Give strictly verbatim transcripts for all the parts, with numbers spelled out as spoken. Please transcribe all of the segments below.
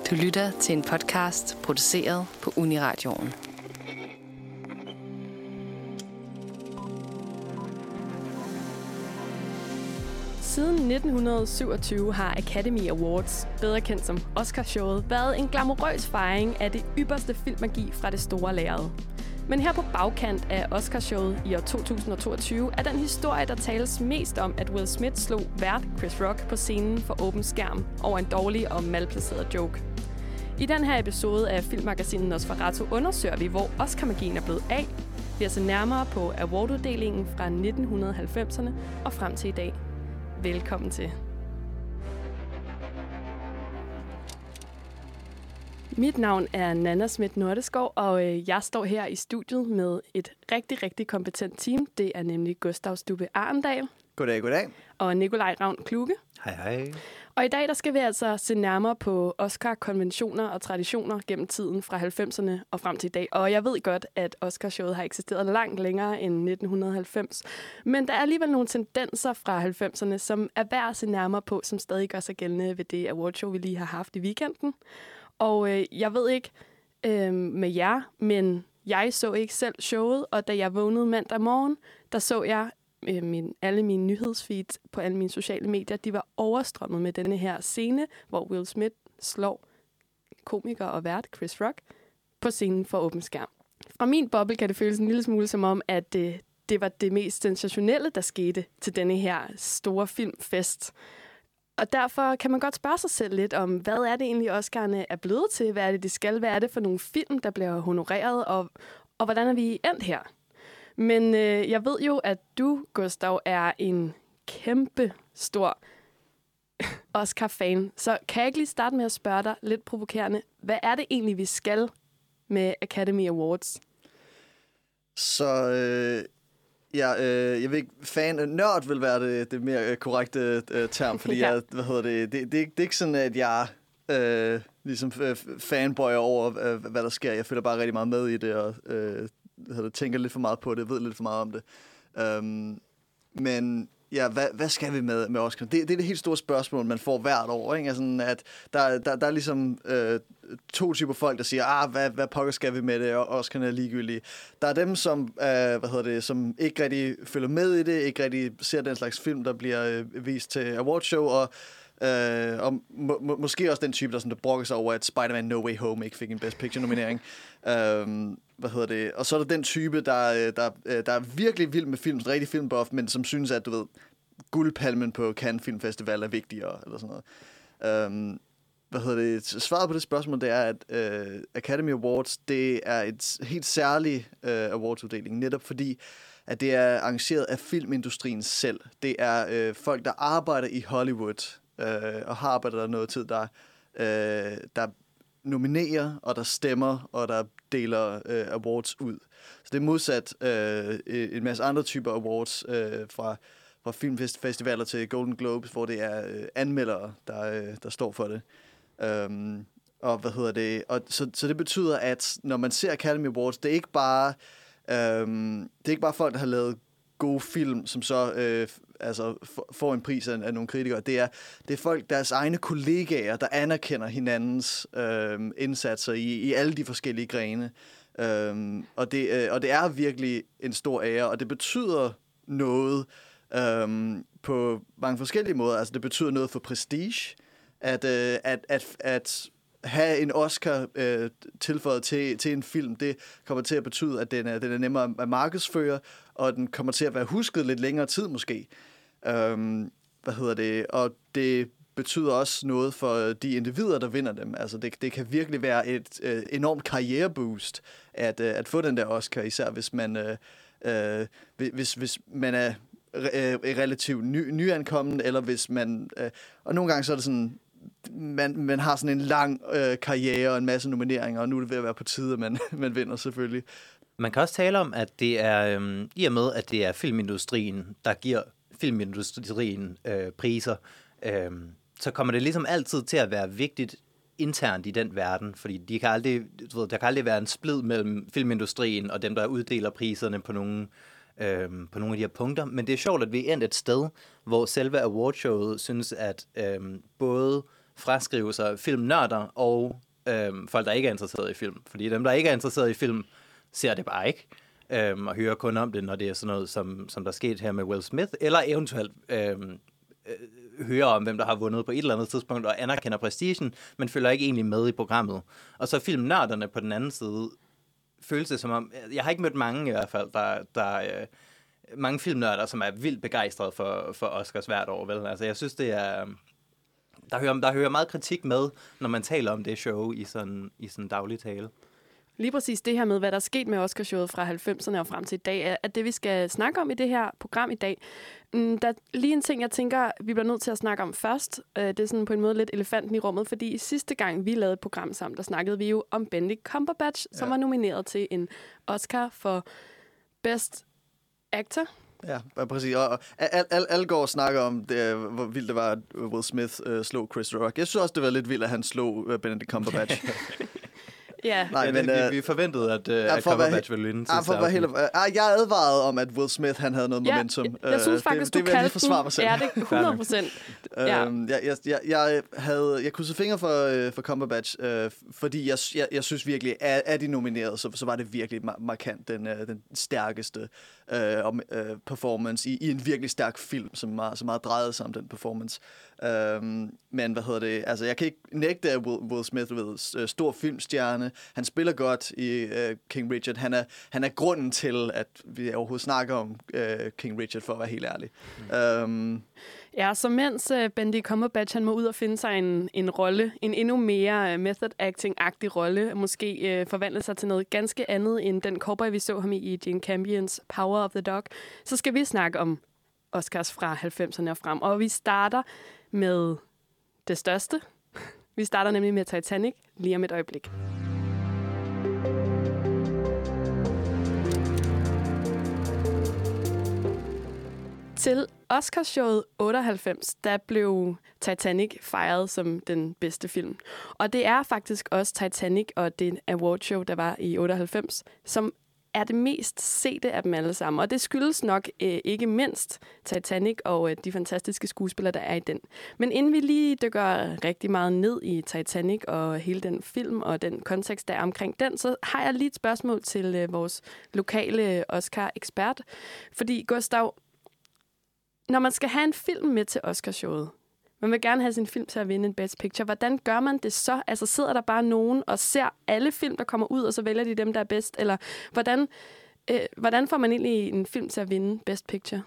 Du lytter til en podcast produceret på Uniradioen. Siden nitten syvogtyve har Academy Awards, bedre kendt som Oscarshowet, været en glamourøs fejring af det ypperste filmmagi fra det store lærred. Men her på bagkant af Oscarshowet i år to tusind og toogtyve er den historie, der tales mest om, at Will Smith slog vært Chris Rock på scenen for åben skærm over en dårlig og malplaceret joke. I den her episode af filmmagasinet Nosferatu undersøger vi, hvor Oscar-magien er blevet af, ved at se nærmere på awarduddelingen fra nitten halvfemserne og frem til i dag. Velkommen til. Mit navn er Nana Schmidt Nordeskov, og jeg står her i studiet med et rigtig, rigtig kompetent team. Det er nemlig Gustav Stubbe Arendal. Goddag, goddag. Og Nikolaj Ravn Kluge. Hej, hej. Og i dag der skal vi altså se nærmere på Oscar-konventioner og traditioner gennem tiden fra halvfemserne og frem til i dag. Og jeg ved godt, at Oscarshowet har eksisteret langt længere end nitten halvfems. Men der er alligevel nogle tendenser fra halvfemserne, som er værd at se nærmere på, som stadig gør sig gældende ved det awardshow, vi lige har haft i weekenden. Og øh, jeg ved ikke øh, med jer, men jeg så ikke selv showet, og da jeg vågnede mandag morgen, der så jeg øh, min, alle mine nyhedsfeeds på alle mine sociale medier, de var overstrømmet med denne her scene, hvor Will Smith slår komiker og vært Chris Rock på scenen for åben skærm. Fra min boble kan det føles en lille smule som om, at øh, det var det mest sensationelle, der skete til denne her store filmfest. Og derfor kan man godt spørge sig selv lidt om, hvad er det egentlig, Oscar'erne er blevet til? Hvad er det, de skal? Hvad er det for nogle film, der bliver honoreret? Og, og hvordan er vi endt her? Men øh, jeg ved jo, at du, Gustav, er en kæmpe stor Oscar-fan. Så kan jeg ikke lige starte med at spørge dig lidt provokerende, hvad er det egentlig, vi skal med Academy Awards? Så... Øh Ja, øh, jeg ved ikke, fan, nørd vil være det, det mere korrekte øh, term, fordi ja. jeg, hvad hedder det, det, det, det er ikke sådan, at jeg øh, ligesom fanboyer over, øh, hvad der sker. Jeg følger bare rigtig meget med i det, og øh, det, tænker lidt for meget på det, ved lidt for meget om det. Um, men ja, hvad, hvad skal vi med, med Oscar? Det, det er det helt store spørgsmål, man får hvert år, ikke? Altså, at der, der, der er ligesom øh, to typer folk, der siger, ah, hvad, hvad pokker skal vi med det, og Oscar'erne er ligegyldige. Der er dem, som, øh, hvad hedder det, som ikke rigtig følger med i det, ikke rigtig ser den slags film, der bliver øh, vist til awardshow, og Øh, og må, må, måske også den type, der, sådan, der brokker sig over, at Spider-Man No Way Home ikke fik en Best Picture-nominering. øh, hvad hedder det? Og så er der den type, der, der, der er virkelig vild med film, rigtig filmbuff, men som synes, at du ved, guldpalmen på Cannes Film Festival er vigtigere, eller sådan noget. Øh, hvad hedder det? Svaret på det spørgsmål, det er, at øh, Academy Awards, det er et helt særligt øh, awardsuddeling, netop fordi, at det er arrangeret af filmindustrien selv. Det er øh, folk, der arbejder i Hollywood, Øh, og har arbejdet der noget tid, der, øh, der nominerer, og der stemmer, og der deler øh, awards ud. Så det er modsat øh, en masse andre typer awards, øh, fra, fra filmfestivaler til Golden Globes, hvor det er øh, anmeldere, der, øh, der står for det. Um, og hvad hedder det? Og så, så det betyder, at når man ser Academy Awards, det er ikke bare, øhm, det er ikke bare folk, der har lavet gode film, som så øh, altså får en pris af, af nogle kritikere. Det er, det er folk, deres egne kollegaer, der anerkender hinandens øh, indsatser i, i alle de forskellige grene. Øh, og, det, øh, og det er virkelig en stor ære, og det betyder noget øh, på mange forskellige måder. Altså det betyder noget for prestige, at, øh, at, at, at have en Oscar øh, tilføjet til, til en film, det kommer til at betyde, at den er, den er nemmere at markedsføre, og den kommer til at være husket lidt længere tid måske. Øhm, hvad hedder det? Og det betyder også noget for de individer, der vinder dem. Altså det, det kan virkelig være et øh, enormt karriereboost at, øh, at få den der Oscar, især hvis man, øh, øh, hvis, hvis man er øh, relativt ny, nyankommen, eller hvis man... Øh, og nogle gange så er det sådan... Man, man har sådan en lang øh, karriere og en masse nomineringer, og nu er det ved at være på tide, at man, man vinder selvfølgelig. Man kan også tale om, at det er, øhm, i og med, at det er filmindustrien, der giver filmindustrien øh, priser, øh, så kommer det ligesom altid til at være vigtigt internt i den verden, fordi de kan aldrig, du ved, der kan aldrig være en splid mellem filmindustrien og dem, der uddeler priserne på nogle, øh, på nogle af de her punkter. Men det er sjovt, at vi er endt et sted, hvor selve awardshowet synes, at øh, både fraskrive sig filmnørder og øh, folk, der ikke er interesseret i film. Fordi dem, der ikke er interesseret i film, ser det bare ikke. Øhm, og hører kun om det, når det er sådan noget, som, som der er sket her med Will Smith, eller eventuelt øhm, øh, hører om, hvem der har vundet på et eller andet tidspunkt, og anerkender prestigen, men følger ikke egentlig med i programmet. Og så filmnørderne på den anden side, føles det som om, jeg har ikke mødt mange i hvert fald, der, der øh, mange filmnørder, som er vildt begejstrede for, for Oscars hvert år, vel? Altså, jeg synes, det er... Der hører, der hører meget kritik med, når man taler om det show i sådan, i sådan daglig tale. Lige præcis det her med, hvad der er sket med Oscarshowet fra halvfemserne og frem til i dag, er det, vi skal snakke om i det her program i dag. Der er lige en ting, jeg tænker, vi bliver nødt til at snakke om først. Det er sådan på en måde lidt elefanten i rummet, fordi sidste gang, vi lavede et program sammen, der snakkede vi jo om Benedict Cumberbatch, som ja. var nomineret til en Oscar for Best Actor. Ja, præcis. Og al, al, alle går og snakker om, det, hvor vildt det var, at Will Smith uh, slog Chris Rock. Jeg synes også, det var lidt vildt, at han slog uh, Benedict Cumberbatch. Ja, Nej, men, vi, vi forventede, at, uh, ja, at Cumberbatch ville vinde. Ja, for at helt, uh, jeg advarede om, at Will Smith han havde noget ja, momentum. Jeg, jeg synes faktisk, det, du kaldte den. Mig selv. Ja, det er hundrede procent. ja. øhm, jeg, jeg, jeg, havde, jeg krydsede fingre for, uh, for Cumberbatch, uh, fordi jeg, jeg, jeg synes virkelig, at af de nominerede, så, så var det virkelig mar- markant den, uh, den stærkeste uh, um, uh, performance i, i en virkelig stærk film, som meget, som meget drejede sig om den performance. Um, men hvad hedder det? Altså, jeg kan ikke nægte, at Will, Will Smith ved stor filmstjerne. Han spiller godt i uh, King Richard. Han er, han er grunden til, at vi overhovedet snakker om uh, King Richard, for at være helt ærlig. Mm. Um, ja, så mens uh, Benedict Cumberbatch han må ud og finde sig en, en rolle, en endnu mere uh, method acting-agtig rolle, måske uh, forvandle sig til noget ganske andet end den cowboy, vi så ham i i Jane Campions Power of the Dog, så skal vi snakke om Oscars fra halvfemserne og frem. Og vi starter med det største. Vi starter nemlig med Titanic lige om et øjeblik. Til Oscarshowet otteoghalvfems, der blev Titanic fejret som den bedste film. Og det er faktisk også Titanic og det awardshow, der var i otteoghalvfems, som er det mest sete af dem alle sammen. Og det skyldes nok øh, ikke mindst Titanic og øh, de fantastiske skuespillere, der er i den. Men inden vi lige dykker rigtig meget ned i Titanic og hele den film og den kontekst, der er omkring den, så har jeg lige et spørgsmål til øh, vores lokale Oscar-ekspert. Fordi, Gustav, når man skal have en film med til Oscarshowet, man vil gerne have sin film til at vinde en Best Picture. Hvordan gør man det så? Altså sidder der bare nogen og ser alle film, der kommer ud, og så vælger de dem, der er bedst? Eller hvordan, øh, hvordan får man egentlig en film til at vinde Best Picture?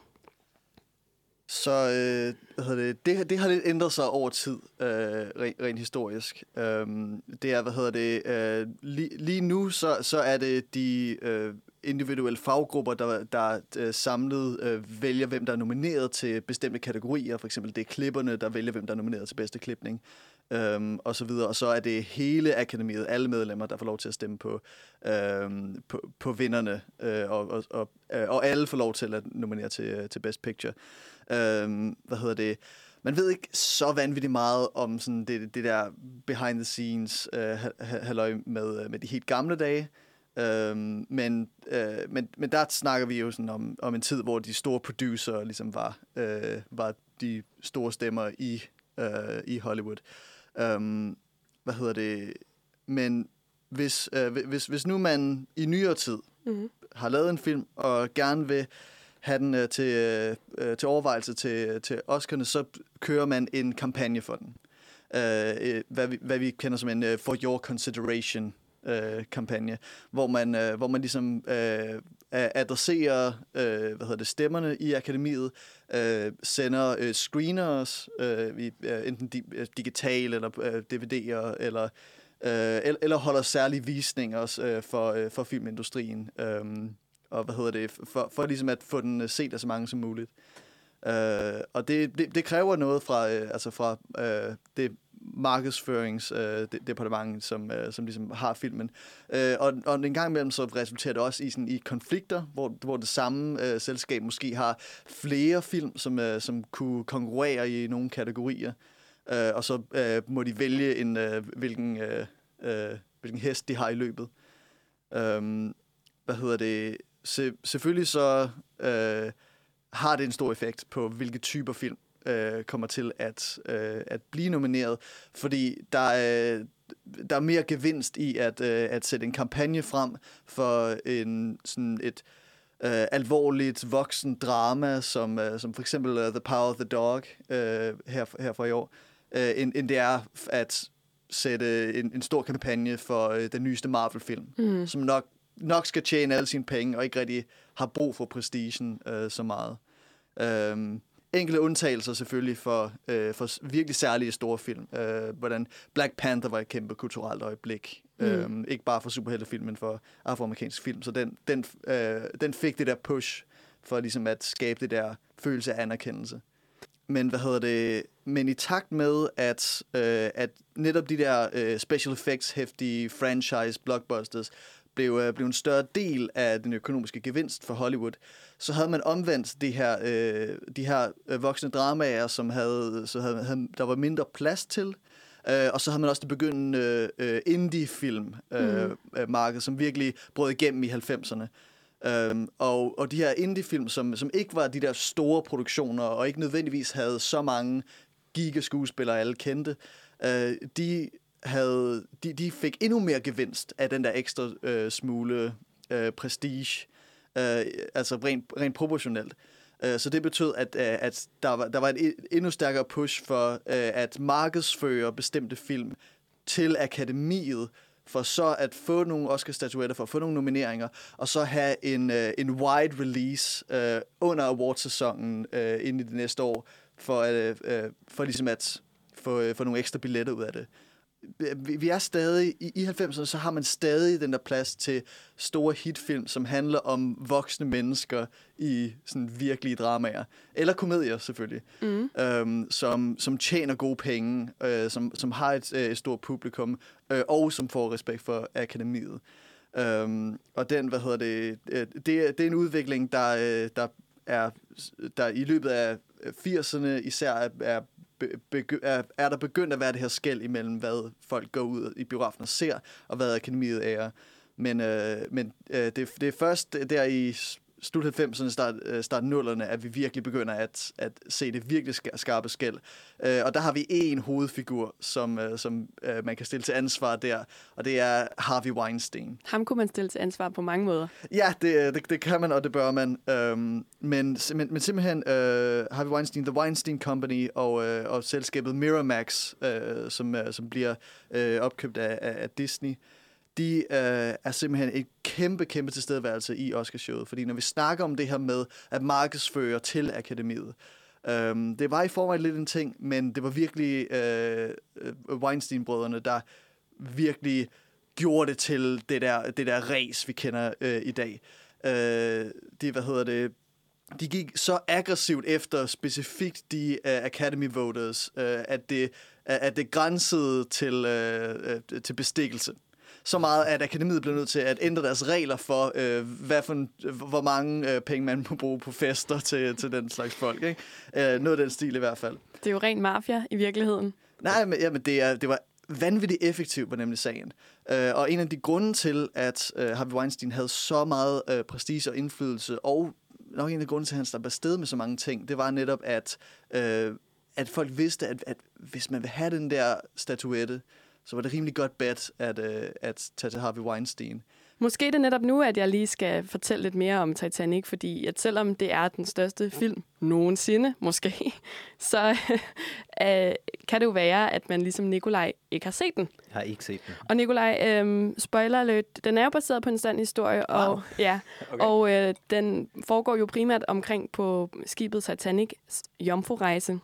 Så øh, hvad hedder det, det, det har lidt ændret sig over tid, øh, rent, rent historisk. Um, det er, hvad hedder det, øh, lige, lige nu så, så er det de øh, individuelle faggrupper, der, der øh, samlet øh, vælger, hvem der er nomineret til bestemte kategorier. For eksempel det er klipperne, der vælger, hvem der er nomineret til bedste klipning. Um, og så videre. Og så er det hele akademiet, alle medlemmer, der får lov til at stemme på, um, på, på vinderne. Uh, og, og, og, og alle får lov til at nominere til, til Best Picture. Um, hvad hedder det? Man ved ikke så vanvittigt meget om sådan det, det der behind the scenes uh, halløj med, med de helt gamle dage. Um, men, uh, men, men der snakker vi jo sådan om, om en tid, hvor de store producer ligesom var, uh, var de store stemmer i, uh, i Hollywood. Um, hvad hedder det? Men hvis, uh, hvis, hvis nu man i nyere tid mm-hmm. har lavet en film og gerne vil have den uh, til, uh, til overvejelse til, til Oscar'ne, så kører man en kampagne for den. Uh, hvad, vi, hvad vi kender som en uh, For Your Consideration uh, kampagne, hvor man, uh, hvor man ligesom uh, adresserer uh, hvad hedder det, stemmerne i akademiet, uh, sender uh, screeners, uh, vi, uh, enten di- digitale eller uh, D V D'er, eller, uh, eller holder særlige visninger uh, for, uh, for filmindustrien. Um, og hvad hedder det, for, for ligesom at få den set af så mange som muligt. Uh, og det, det, det kræver noget fra, uh, altså fra uh, det markedsføringsdepartement, uh, som, uh, som ligesom har filmen. Uh, og, og en gang imellem så resulterer det også i, sådan, i konflikter, hvor, hvor det samme uh, selskab måske har flere film, som, uh, som kunne konkurrere i nogle kategorier. Uh, og så uh, må de vælge, en, uh, hvilken, uh, uh, hvilken hest de har i løbet. Um, hvad hedder det? Se, selvfølgelig så øh, har det en stor effekt på, hvilke typer film øh, kommer til at, øh, at blive nomineret, fordi der er, der er mere gevinst i at, øh, at sætte en kampagne frem for en, sådan et øh, alvorligt voksen drama, som, øh, som for eksempel uh, The Power of the Dog øh, her, her for i år, øh, end, end det er at sætte en, en stor kampagne for øh, den nyeste Marvel-film, mm. som nok, nok skal tjene alle sine penge, og ikke rigtig har brug for prestigen øh, så meget. Øhm, enkelte undtagelser selvfølgelig for, øh, for virkelig særlige store film. Øh, hvordan Black Panther var et kæmpe kulturelt øjeblik. Mm. Øhm, ikke bare for superheltefilm, men for afroamerikansk film. Så den, den, øh, den fik det der push for ligesom at skabe det der følelse af anerkendelse. Men hvad hedder det? Men i takt med, at, øh, at netop de der øh, special effects-hæftige franchise blockbusters blev, øh, blev en større del af den økonomiske gevinst for Hollywood, så havde man omvendt de her, øh, de her øh, voksne dramaer, som havde, så havde, havde, der var mindre plads til. Øh, og så havde man også det begyndende øh, indie-film-marked, øh, mm. som virkelig brød igennem i halvfemserne. Um, og, og de her indie-film, som, som ikke var de der store produktioner, og ikke nødvendigvis havde så mange gigaskuespillere, alle kendte, uh, de, havde, de, de fik endnu mere gevinst af den der ekstra uh, smule uh, prestige, uh, altså rent, rent proportionelt. Uh, så det betød, at, uh, at der, var, der var et endnu stærkere push for uh, at markedsføre bestemte film til akademiet, for så at få nogle Oscar-statuetter, for at få nogle nomineringer, og så have en, uh, en wide release uh, under awardsæsonen uh, inden i det næste år, for, uh, uh, for ligesom at få, uh, få nogle ekstra billetter ud af det. Vi, vi er stadig, i, i halvfemserne, så har man stadig den der plads til store hitfilm, som handler om voksne mennesker i sådan virkelige dramaer. Eller komedier, selvfølgelig. Mm. Øhm, som, som tjener gode penge, øh, som, som har et, øh, et stort publikum, øh, og som får respekt for akademiet. Øhm, og den, hvad hedder det, øh, det, det er en udvikling, der, øh, der, er, der i løbet af firserne især er, er Begy- er, er der begyndt at være det her skel imellem, hvad folk går ud i biografen og ser, og hvad akademiet er. Men, øh, men øh, det, det er først der i slut halvfemserne, start, start nullerne, at vi virkelig begynder at, at se det virkelig skarpe skel. Øh, og der har vi en hovedfigur, som, øh, som øh, man kan stille til ansvar der, og det er Harvey Weinstein. Ham kunne man stille til ansvar på mange måder. Ja, det, det, det kan man, og det bør man. Øhm, men, men, men simpelthen øh, Harvey Weinstein, The Weinstein Company og, øh, og selskabet Miramax, øh, som, øh, som bliver øh, opkøbt af, af Disney, de øh, er simpelthen et kæmpe, kæmpe tilstedeværelse i Oscarshowet. Fordi når vi snakker om det her med at markedsføre til akademiet, øh, det var i forvejen lidt en ting, men det var virkelig øh, Weinstein-brødrene, der virkelig gjorde det til det der, det der race, vi kender øh, i dag. Øh, de, hvad hedder det, de gik så aggressivt efter specifikt de uh, Academy Voters, uh, at, det, uh, at det grænsede til, uh, uh, til bestikkelse. Så meget, at akademiet blev nødt til at ændre deres regler for, øh, hvad for en, hvor mange øh, penge man må bruge på fester til, til den slags folk. Ikke? Øh, noget af den stil i hvert fald. Det er jo ren mafia i virkeligheden. Nej, men, jamen, det, er, det var vanvittigt effektivt på nemlig sagen. Øh, og en af de grunde til, at øh, Harvey Weinstein havde så meget øh, prestige og indflydelse, og nok en af grunde til, at han slap afsted med så mange ting, det var netop, at, øh, at folk vidste, at, at hvis man vil have den der statuette, så var det rimelig godt bet at, uh, at tage til Harvey Weinstein. Måske det netop nu, at jeg lige skal fortælle lidt mere om Titanic, fordi at selvom det er den største film nogensinde, måske, så uh, kan det jo være, at man ligesom Nikolaj ikke har set den. Jeg har ikke set den. Og Nikolaj, um, spoiler alert, den er jo baseret på en sand historie, wow. og, ja, okay. og uh, den foregår jo primært omkring på skibet Titanics jomfrurejse.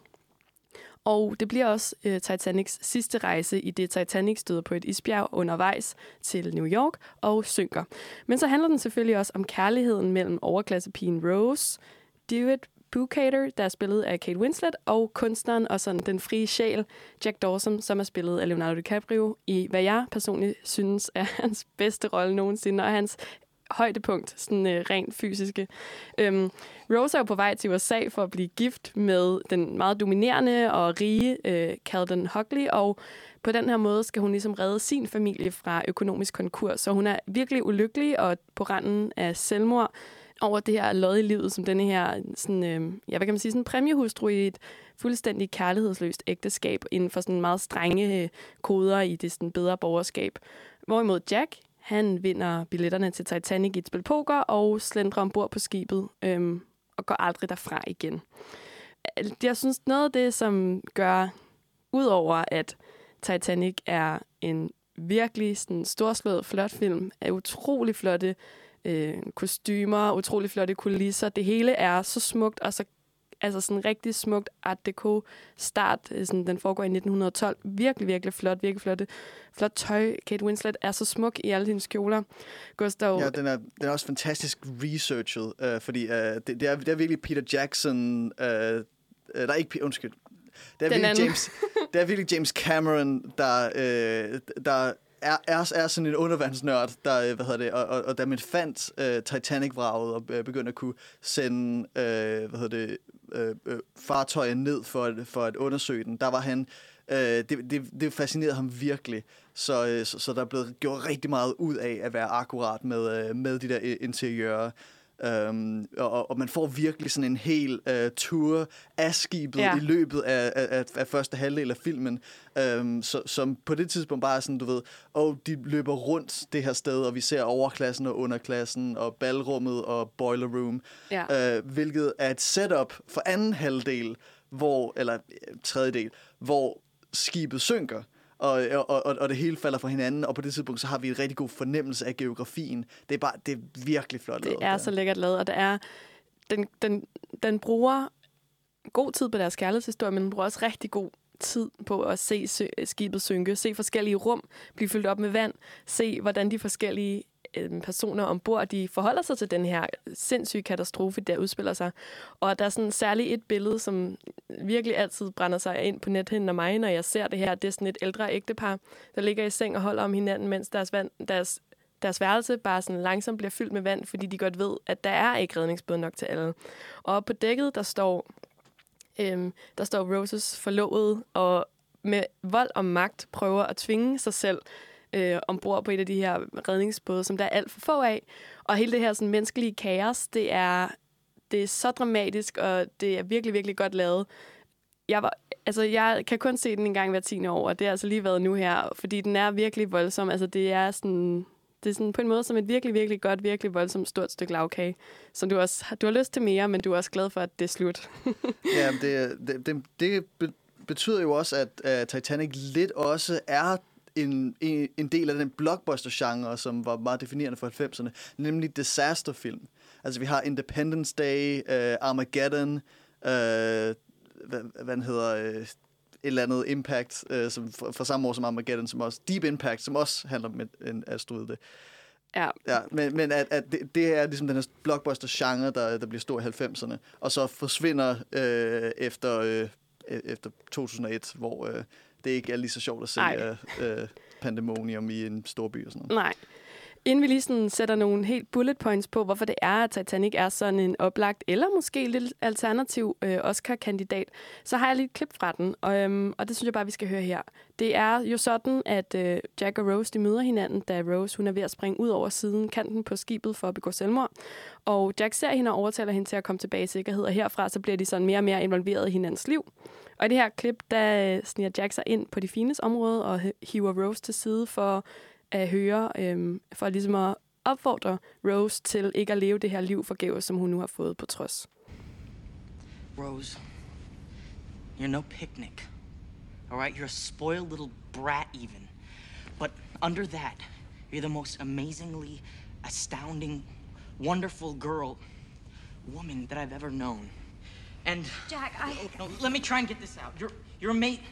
Og det bliver også øh, Titanics sidste rejse, i det Titanic støder på et isbjerg undervejs til New York og synker. Men så handler den selvfølgelig også om kærligheden mellem overklassepigen Rose, Dewitt Bukater, der er spillet af Kate Winslet, og kunstneren og sådan den frie sjæl, Jack Dawson, som er spillet af Leonardo DiCaprio, i hvad jeg personligt synes er hans bedste rolle nogensinde, og hans højdepunkt, sådan øh, rent fysiske. Øhm, Rose er jo på vej til U S A for at blive gift med den meget dominerende og rige øh, Calden Hockley, og på den her måde skal hun ligesom redde sin familie fra økonomisk konkurs. Så hun er virkelig ulykkelig og på randen af selvmord, over det her lod i livet, som denne her, sådan, øh, ja, hvad kan man sige, sådan en præmiehustru i et fuldstændig kærlighedsløst ægteskab inden for sådan meget strenge øh, koder i det sådan bedre borgerskab. Hvorimod Jack, han vinder billetterne til Titanic i et spil poker og slendrer ombord på skibet øh, og går aldrig derfra igen. Jeg synes, noget af det, som gør, udover at Titanic er en virkelig sådan storslået, flot film, er utrolig flotte øh, kostymer, utrolig flotte kulisser. Det hele er så smukt, og så altså sådan rigtig smukt art deco start. Sådan, den foregår i nitten tolv. Virkelig, virkelig flot, virkelig flotte. Flot tøj. Kate Winslet er så smuk i alle hendes kjoler. Gustav... Ja, den er, den er også fantastisk researchet, øh, fordi øh, det, det, er, det er virkelig Peter Jackson... Øh, øh, der er ikke... Undskyld. Det er, virkelig James, det er virkelig James Cameron, der... Øh, der Er, er, er sådan en undervandsnørd, der, hvad hedder det, og, og, og da man fandt øh, Titanic-vraget og øh, begyndte at kunne sende øh, hvad hedder det, øh, øh, fartøjer ned for at, for at undersøge den, der var han, øh, det, det, det fascinerede ham virkelig, så, øh, så, så der er blevet gjort rigtig meget ud af at være akkurat med, øh, med de der interiører. Um, og, og man får virkelig sådan en hel uh, tour af skibet ja. i løbet af, af, af første halvdel af filmen, um, så, som på det tidspunkt bare er sådan, du ved, og de løber rundt det her sted, og vi ser overklassen og underklassen, og ballrummet og boiler room, ja. uh, hvilket er et setup for anden halvdel, hvor, eller tredjedel, hvor skibet synker. Og, og, og det hele falder fra hinanden, og på det tidspunkt, så har vi en rigtig god fornemmelse af geografien. Det er bare, det er virkelig flot lavet. Det er der. så lækkert lavet, og det er, den, den, den bruger god tid på deres kærlighedshistorie, men den bruger også rigtig god tid på at se sø, skibet synke, se forskellige rum blive fyldt op med vand, se hvordan de forskellige øh, personer ombord, de forholder sig til den her sindssyge katastrofe, der udspiller sig. Og der er sådan særligt et billede, som virkelig altid brænder sig ind på nethinden af mig, når jeg ser det her. Det er sådan et ældre ægtepar, der ligger i seng og holder om hinanden, mens deres, vand, deres, deres værelse bare sådan langsomt bliver fyldt med vand, fordi de godt ved, at der er ikke redningsbåd nok til alle. Og på dækket, der står, øhm, der står Roses forlovede, og med vold og magt prøver at tvinge sig selv øh, ombord på et af de her redningsbåde, som der er alt for få af. Og hele det her sådan, menneskelige kaos, det er, det er så dramatisk, og det er virkelig, virkelig godt lavet. Jeg, var, altså, jeg kan kun se den en gang hver tiende år, og det har altså lige været nu her, fordi den er virkelig voldsom. Altså, det er sådan... Det er sådan på en måde som et virkelig, virkelig godt, virkelig voldsomt stort stykke lavkage, som du også du har lyst til mere, men du er også glad for, at det er slut. Ja, det, det, det, det betyder jo også, at uh, Titanic lidt også er en, en, en del af den blockbuster-genre, som var meget definerende for halvfemserne, nemlig disasterfilm. Altså vi har Independence Day, uh, Armageddon, uh, hvad, hvad den hedder... Uh, et eller andet Impact, øh, som for, for samme år som Armageddon, som også Deep Impact, som også handler om en asteroide. Ja. Ja, men, men at, at det, det er ligesom den her blockbuster-genre, der, der bliver stor i halvfemserne, og så forsvinder øh, efter, øh, efter to tusind og et, hvor øh, det ikke er lige så sjovt at se øh, pandemonium i en stor by og sådan noget. Nej. Inden vi lige sådan sætter nogle helt bullet points på, hvorfor det er, at Titanic er sådan en oplagt, eller måske lidt alternativ øh, Oscar-kandidat, så har jeg lige et klip fra den, og, øhm, og det synes jeg bare, vi skal høre her. Det er jo sådan, at øh, Jack og Rose de møder hinanden, da Rose hun er ved at springe ud over siden kanten på skibet for at begå selvmord. Og Jack ser hende og overtaler hende til at komme tilbage i sikkerhed, og herfra så bliver de sådan mere og mere involveret i hinandens liv. Og i det her klip, der sniger Jack sig ind på de fines område og hiver Rose til side for at høre, øhm, for ligesom at opfordre Rose til ikke at leve det her liv forgæves, som hun nu har fået på trods. Rose, you're no picnic, all right? You're a spoiled little brat even. But under that, you're the most amazingly astounding, wonderful girl, woman that I've ever known. And Jack, I... No, no, let me try and get this out. You're, you're a mate.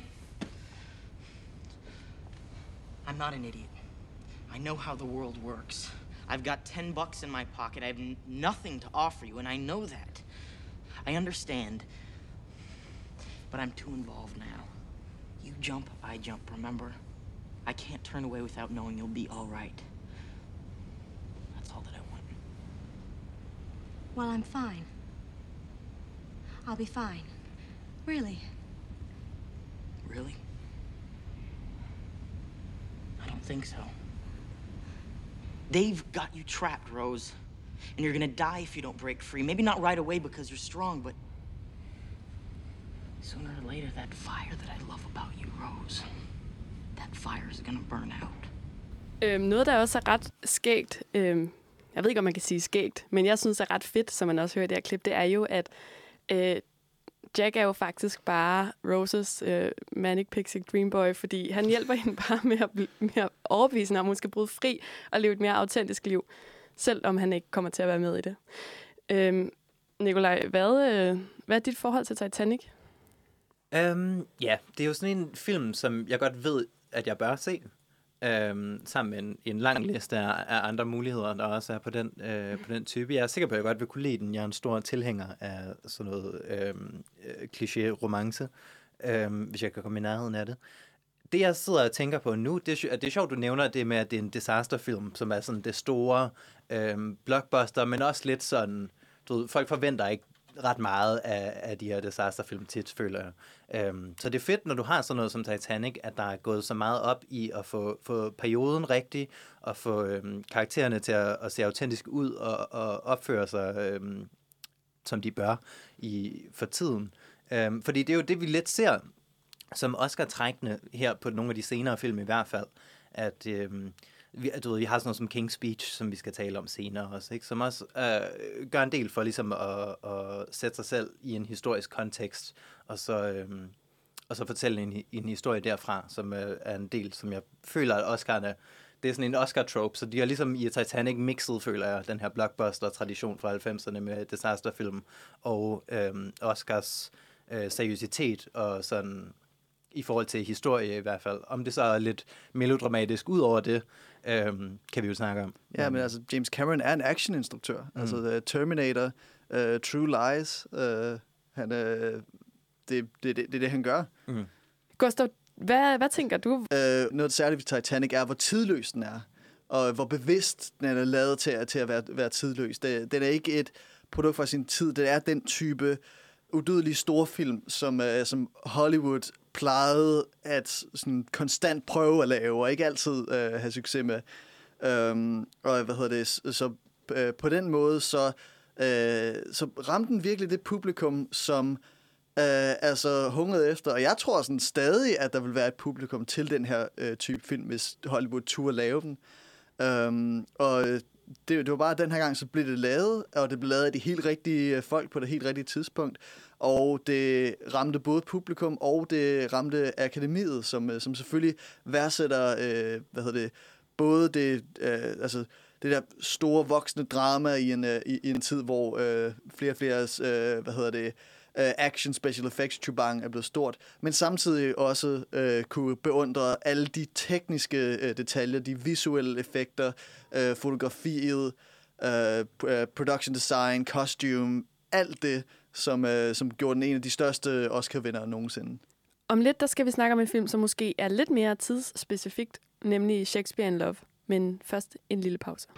I'm not an idiot. I know how the world works. I've got ten bucks in my pocket. I have n- nothing to offer you, and I know that. I understand. But I'm too involved now. You jump, I jump, remember? I can't turn away without knowing you'll be all right. That's all that I want. Well, I'm fine. I'll be fine. Really. Really? I don't think so. They've got you trapped, Rose. And you're gonna die if you don't break free. Maybe not right away because you're strong, but sooner or later, that fire that I love about you, Rose, that fire is gonna burn out. Øhm, noget, der også er ret skægt, øhm, jeg ved ikke, om man kan sige skægt, men jeg synes er ret fedt, som man også hører i det her klip, det er jo, at øh, Jack er jo faktisk bare Roses øh, Manic Pixie Dream Boy, fordi han hjælper hende bare med at, med at overbevise hende, om hun skal bryde fri og leve et mere autentisk liv, selvom han ikke kommer til at være med i det. Øhm, Nikolaj, hvad, øh, hvad er dit forhold til Titanic? Um, ja, det er jo sådan en film, som jeg godt ved, at jeg bør se. Um, sammen med en, en lang liste af, af andre muligheder, der også er på den, uh, på den type. Jeg er sikker på, at jeg godt vil kunne lide den. Jeg er en stor tilhænger af sådan noget um, kliché-romance, um, hvis jeg kan komme i nærheden af det. Det, jeg sidder og tænker på nu, det er, det er sjovt, du nævner det med, at det er en disasterfilm, som er sådan det store um, blockbuster, men også lidt sådan, du ved, folk forventer ikke ret meget af, af de her disasterfilm tit, føler jeg. Um, så det er fedt, når du har sådan noget som Titanic, at der er gået så meget op i at få, få perioden rigtig, og få um, karaktererne til at, at se autentisk ud og, og opføre sig, um, som de bør i, for tiden. Um, fordi det er jo det, vi lidt ser som Oscar-trækkende her på nogle af de senere film i hvert fald, at um, Vi, du ved, vi har sådan noget som King's Speech, som vi skal tale om senere også, ikke? Som også øh, gør en del for ligesom at, at sætte sig selv i en historisk kontekst, og så, øhm, og så fortælle en, en historie derfra, som øh, er en del, som jeg føler, at Oscar'erne, det er sådan en Oscar-trope, så de har ligesom i Titanic mixet, føler jeg, den her blockbuster-tradition fra halvfemserne med disasterfilm, og øhm, Oscars øh, seriøsitet, og sådan i forhold til historie i hvert fald. Om det så er lidt melodramatisk ud over det, øhm, kan vi jo snakke om. Ja, men altså, James Cameron er en actioninstruktør. Mm. Altså, uh, Terminator, uh, True Lies, uh, han, uh, det, det, det, det er det, han gør. Mm. Gustav, hvad, hvad tænker du? Uh, noget særligt ved Titanic er, hvor tidløs den er, og hvor bevidst den er lavet til, til at være, være tidløs. Det, den er ikke et produkt fra sin tid. Det er den type udødelig storfilm, som, uh, som Hollywood plejede at sådan konstant prøve at lave, og ikke altid uh, have succes med. Um, og hvad hedder det? Så uh, på den måde, så, uh, så ramte den virkelig det publikum, som uh, altså hungrede efter. Og jeg tror sådan stadig, at der vil være et publikum til den her uh, type film, hvis Hollywood turde lave den. Um, og det, det var bare, den her gang, så blev det lavet, og det blev lavet af de helt rigtige folk på det helt rigtige tidspunkt. Og det ramte både publikum, og det ramte akademiet, som, som selvfølgelig værdsætter, øh, hvad hedder det, både det, øh, altså det der store voksne drama i en, øh, i, i en tid, hvor øh, flere og flere, øh, hvad hedder det, øh, action special effects chubang er blevet stort, men samtidig også øh, kunne beundre alle de tekniske øh, detaljer, de visuelle effekter, øh, fotografiet, øh, production design, costume, alt det, som, øh, som gjorde den en af de største Oscar-vindere nogensinde. Om lidt, der skal vi snakke om en film, som måske er lidt mere tidsspecifikt, nemlig Shakespeare in Love. Men først en lille pause.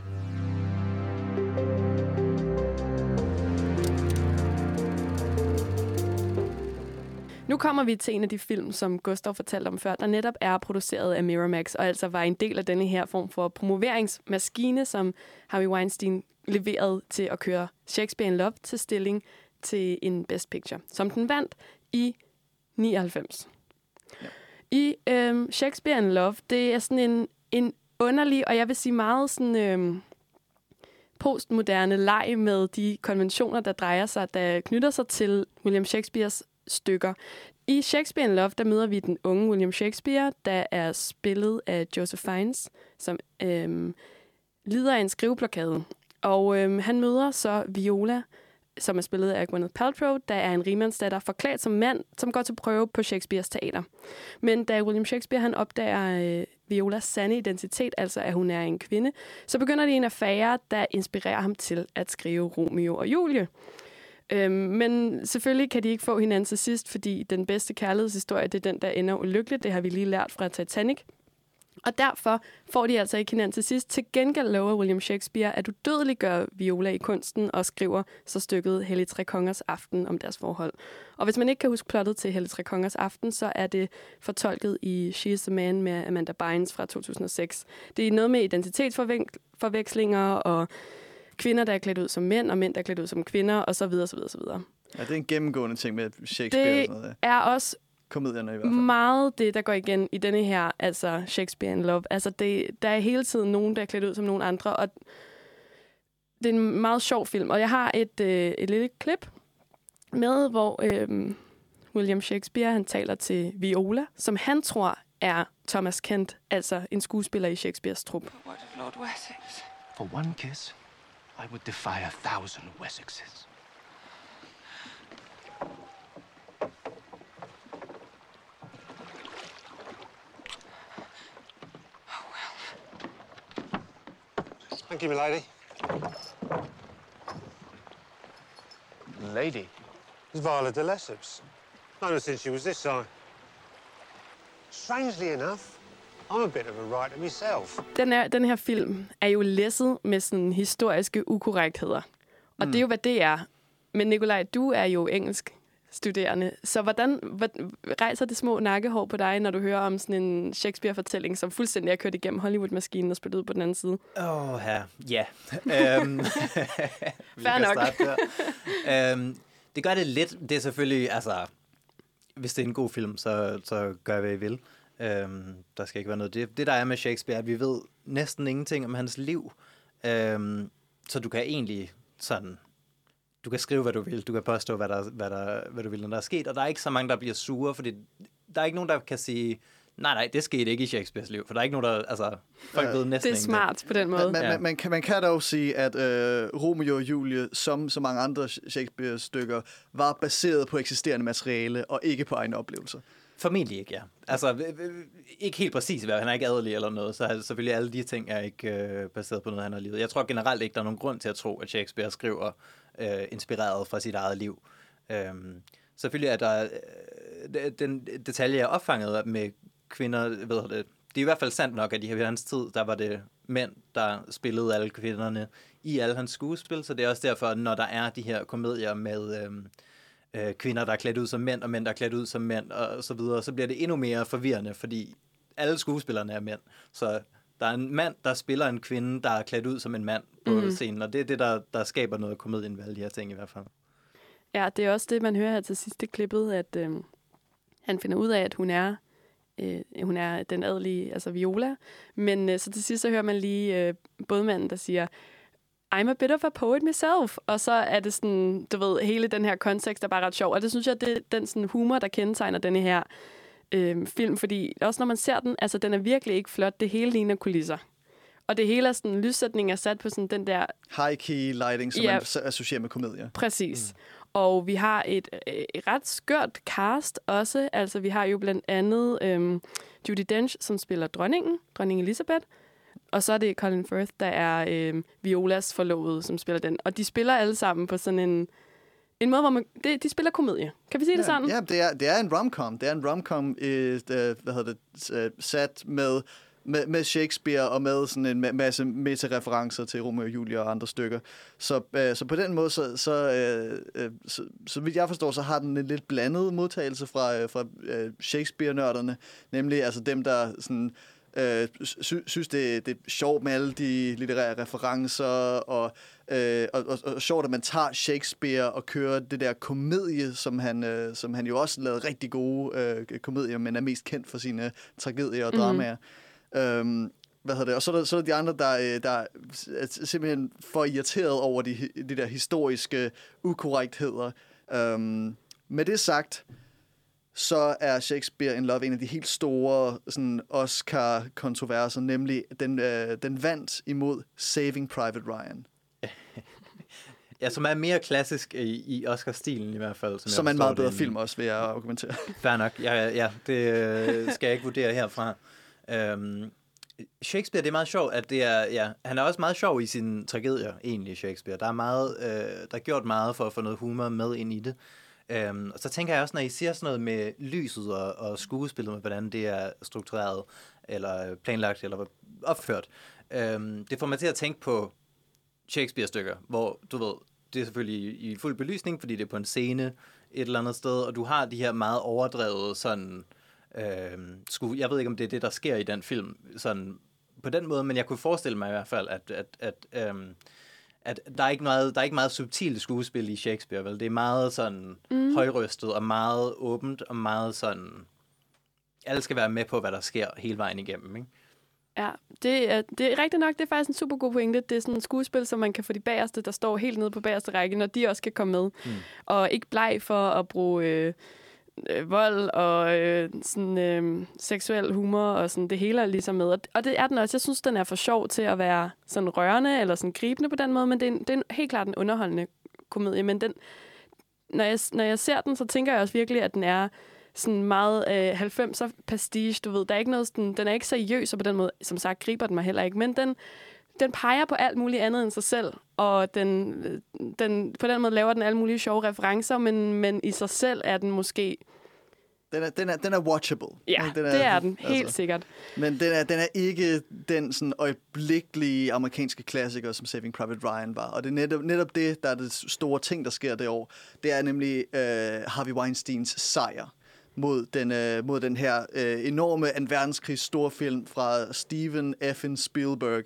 Nu kommer vi til en af de film, som Gustav fortalte om før, der netop er produceret af Miramax, og altså var en del af denne her form for promoveringsmaskine, som Harvey Weinstein leverede til at køre Shakespeare in Love til stilling til en Best Picture, som den vandt i nioghalvfems. Ja. I øhm, Shakespeare in Love, det er sådan en, en underlig, og jeg vil sige meget sådan øhm, postmoderne leg med de konventioner, der drejer sig, der knytter sig til William Shakespeares stykker. I Shakespeare in Love, der møder vi den unge William Shakespeare, der er spillet af Joseph Fiennes, som øhm, lider af en skriveblokade. Og øhm, han møder så Viola, som er spillet af Gwyneth Paltrow, der er en rigmandsdatter forklædt som mand, som går til prøve på Shakespeares teater. Men da William Shakespeare han opdager øh, Violas sande identitet, altså at hun er en kvinde, så begynder det en affære, der inspirerer ham til at skrive Romeo og Julie. Øhm, men selvfølgelig kan de ikke få hinanden til sidst, fordi den bedste kærlighedshistorie, det er den, der ender ulykkeligt. Det har vi lige lært fra Titanic. Og derfor får de altså ikke hinanden til sidst. Til gengæld lover William Shakespeare at udødeliggøre Viola i kunsten og skriver så stykket Hellige Tre Kongers Aften om deres forhold. Og hvis man ikke kan huske plottet til Hellige Tre Kongers Aften, så er det fortolket i She is a Man med Amanda Bynes fra to tusind og seks. Det er noget med identitetsforvekslinger og kvinder, der er klædt ud som mænd, og mænd, der er klædt ud som kvinder, og så videre, så videre, så videre. Ja, det er en gennemgående ting med Shakespeare det og sådan noget. Det er også komedierne i hvert fald. Meget det, der går igen i denne her, altså Shakespeare in Love. Altså, det, der er hele tiden nogen, der er klædt ud som nogen andre, og det er en meget sjov film. Og jeg har et, øh, et lille klip med, hvor øh, William Shakespeare, han taler til Viola, som han tror er Thomas Kent, altså en skuespiller i Shakespeares trup. What of Lord Wessex? For one kiss, I would defy a thousand Wessexes. Thank you, milady. Lady? It's Viola de Lesseps. Known her since she was this size. Strangely enough, I'm a bit of a writer myself. Den, er, den her film er jo læsset med sådan historiske ukorrektheder. Og mm. det er jo, hvad det er. Men Nikolaj, du er jo engelsk studerende. Så hvordan, hvordan rejser det små nakkehår på dig, når du hører om sådan en Shakespeare-fortælling, som fuldstændig er kørt igennem Hollywood-maskinen og spillet ud på den anden side? Åh, oh, her. Ja. Yeah. um, Fair nok. um, det gør det lidt. Det er selvfølgelig, altså, hvis det er en god film, så, så gør hvad I vil. Um, der skal ikke være noget. Det, det der er med Shakespeare, at vi ved næsten ingenting om hans liv. Um, så du kan egentlig sådan... Du kan skrive, hvad du vil. Du kan påstå, hvad, der, hvad, der, hvad du vil, når der er sket. Og der er ikke så mange, der bliver sure, fordi der er ikke nogen, der kan sige, nej, nej, det skete ikke i Shakespeares liv. For der er ikke nogen, der... Altså, folk ja, ved næsten det er smart det. på den måde. Man, man, ja. man, man, kan, man kan dog sige, at øh, Romeo og Julie, som så mange andre Shakespeare-stykker, var baseret på eksisterende materiale og ikke på egne oplevelser. Formentlig ikke, ja. Altså, ikke helt præcis, hvad han er ikke adelig eller noget, så selvfølgelig alle de ting er ikke øh, baseret på noget, han har livet. Jeg tror generelt ikke, der er nogen grund til at tro, at Shakespeare skriver øh, inspireret fra sit eget liv. Øhm, selvfølgelig er der øh, den detalje, jeg opfanget med kvinder, ved det, det er i hvert fald sandt nok, at i hans tid, der var det mænd, der spillede alle kvinderne i alle hans skuespil, så det er også derfor, når der er de her komedier med... Øh, Øh, kvinder, der er klædt ud som mænd, og mænd, der er klædt ud som mænd, og så videre, så bliver det endnu mere forvirrende, fordi alle skuespillerne er mænd. Så der er en mand, der spiller en kvinde, der er klædt ud som en mand på mm. scenen, og det er det, der, der skaber noget komedien ved alle de her ting i hvert fald. Ja, det er også det, man hører her til sidste klippet, at øh, han finder ud af, at hun er, øh, hun er den adelige, altså Viola, men øh, så til sidst så hører man lige øh, bådmanden, der siger, I'm a bit of a poet myself. Og så er det sådan, du ved, hele den her kontekst er bare ret sjov. Og det synes jeg, det er den sådan humor, der kendetegner denne her øh, film. Fordi også når man ser den, altså den er virkelig ikke flot. Det hele ligner kulisser. Og det hele er sådan, lyssætning er sat på sådan den der... high-key lighting, som ja, man associerer med komedier. Præcis. Mm. Og vi har et, et ret skørt cast også. Altså vi har jo blandt andet øh, Judi Dench, som spiller dronningen, dronning Elizabeth. Og så er det Colin Firth, der er øh, Violas forlovede, som spiller den. Og de spiller alle sammen på sådan en, en måde, hvor man... De, de spiller komedie. Kan vi sige ja, det sådan? Ja, det er, det er en romcom. Det er en romcom, øh, hvad hedder det, sat med, med, med Shakespeare og med sådan en masse meta-referencer til Romeo og Julie og andre stykker. Så, øh, så på den måde, så, så, øh, så, så vidt jeg forstår, så har den en lidt blandet modtagelse fra, øh, fra øh, Shakespeare-nørderne. Nemlig altså dem, der sådan... Øh, sy- synes, det, det er sjovt med alle de litterære referencer, og, øh, og, og, og sjovt, at man tager Shakespeare og kører det der komedie, som han, øh, som han jo også lavede rigtig gode øh, komedier, men er mest kendt for sine tragedier og dramaer. Mm. Øhm, hvad hedder det? Og så er der, så er der de andre, der, der er simpelthen for irriteret over de, de der historiske ukorrektheder. Øhm, med det sagt, så er Shakespeare in Love en af de helt store sådan, Oscar-kontroverser, nemlig den, øh, den vandt imod Saving Private Ryan. Ja, som er mere klassisk i, i Oscar-stilen i hvert fald. Som, som er en meget bedre film også, vil jeg argumentere. Fair nok. Ja, ja, det skal jeg ikke vurdere herfra. Um, Shakespeare, det er meget sjovt, at det er, ja, han er også meget sjov i sine tragedier, egentlig, Shakespeare. Der er, meget, øh, der er gjort meget for at få noget humor med ind i det. Um, og så tænker jeg også, når I siger sådan noget med lyset og, og skuespillet, med hvordan det er struktureret, eller planlagt, eller opført, um, det får mig til at tænke på Shakespeare-stykker, hvor, du ved, det er selvfølgelig i, i fuld belysning, fordi det er på en scene et eller andet sted, og du har de her meget overdrevet sådan, um, sku, jeg ved ikke, om det er det, der sker i den film, sådan på den måde, men jeg kunne forestille mig i hvert fald, at, at, at um, at der er ikke meget, der er ikke meget subtilt skuespil i Shakespeare, vel? Det er meget sådan mm. højrøstet og meget åbent og meget sådan... Alle skal være med på, hvad der sker hele vejen igennem, ikke? Ja, det er, det er rigtigt nok. Det er faktisk en super god pointe. Det er sådan et skuespil, som man kan få de bagerste, der står helt nede på bagerste række, når de også kan komme med. Mm. Og ikke bleg for at bruge øh, øh, vold og øh, sådan, øh, seksuel humor og sådan det hele er ligesom med. Og det er den også. Jeg synes, den er for sjov til at være sådan rørende eller sådan gribende på den måde, men det er, en, det er en, helt klart en underholdende komedie. Men den, når, jeg, når jeg ser den, så tænker jeg også virkelig, at den er sådan meget øh, halvfemser pastiche, du ved. Der er ikke noget sådan, den er ikke seriøs, og på den måde, som sagt, griber den mig heller ikke. Men den, den peger på alt muligt andet end sig selv, og den, den, på den måde laver den alle mulige sjove referencer, men, men i sig selv er den måske... Den er, den er, den er watchable. Ja, den er, det er den, helt altså, sikkert. Men den er, den er ikke den sådan øjeblikkelige amerikanske klassiker, som Saving Private Ryan var. Og det er netop, netop det, der er det store ting, der sker det år. Det er nemlig øh, Harvey Weinsteins sejr mod den, øh, mod den her øh, enorme anden verdenskrigs storfilm fra Steven F. Spielberg,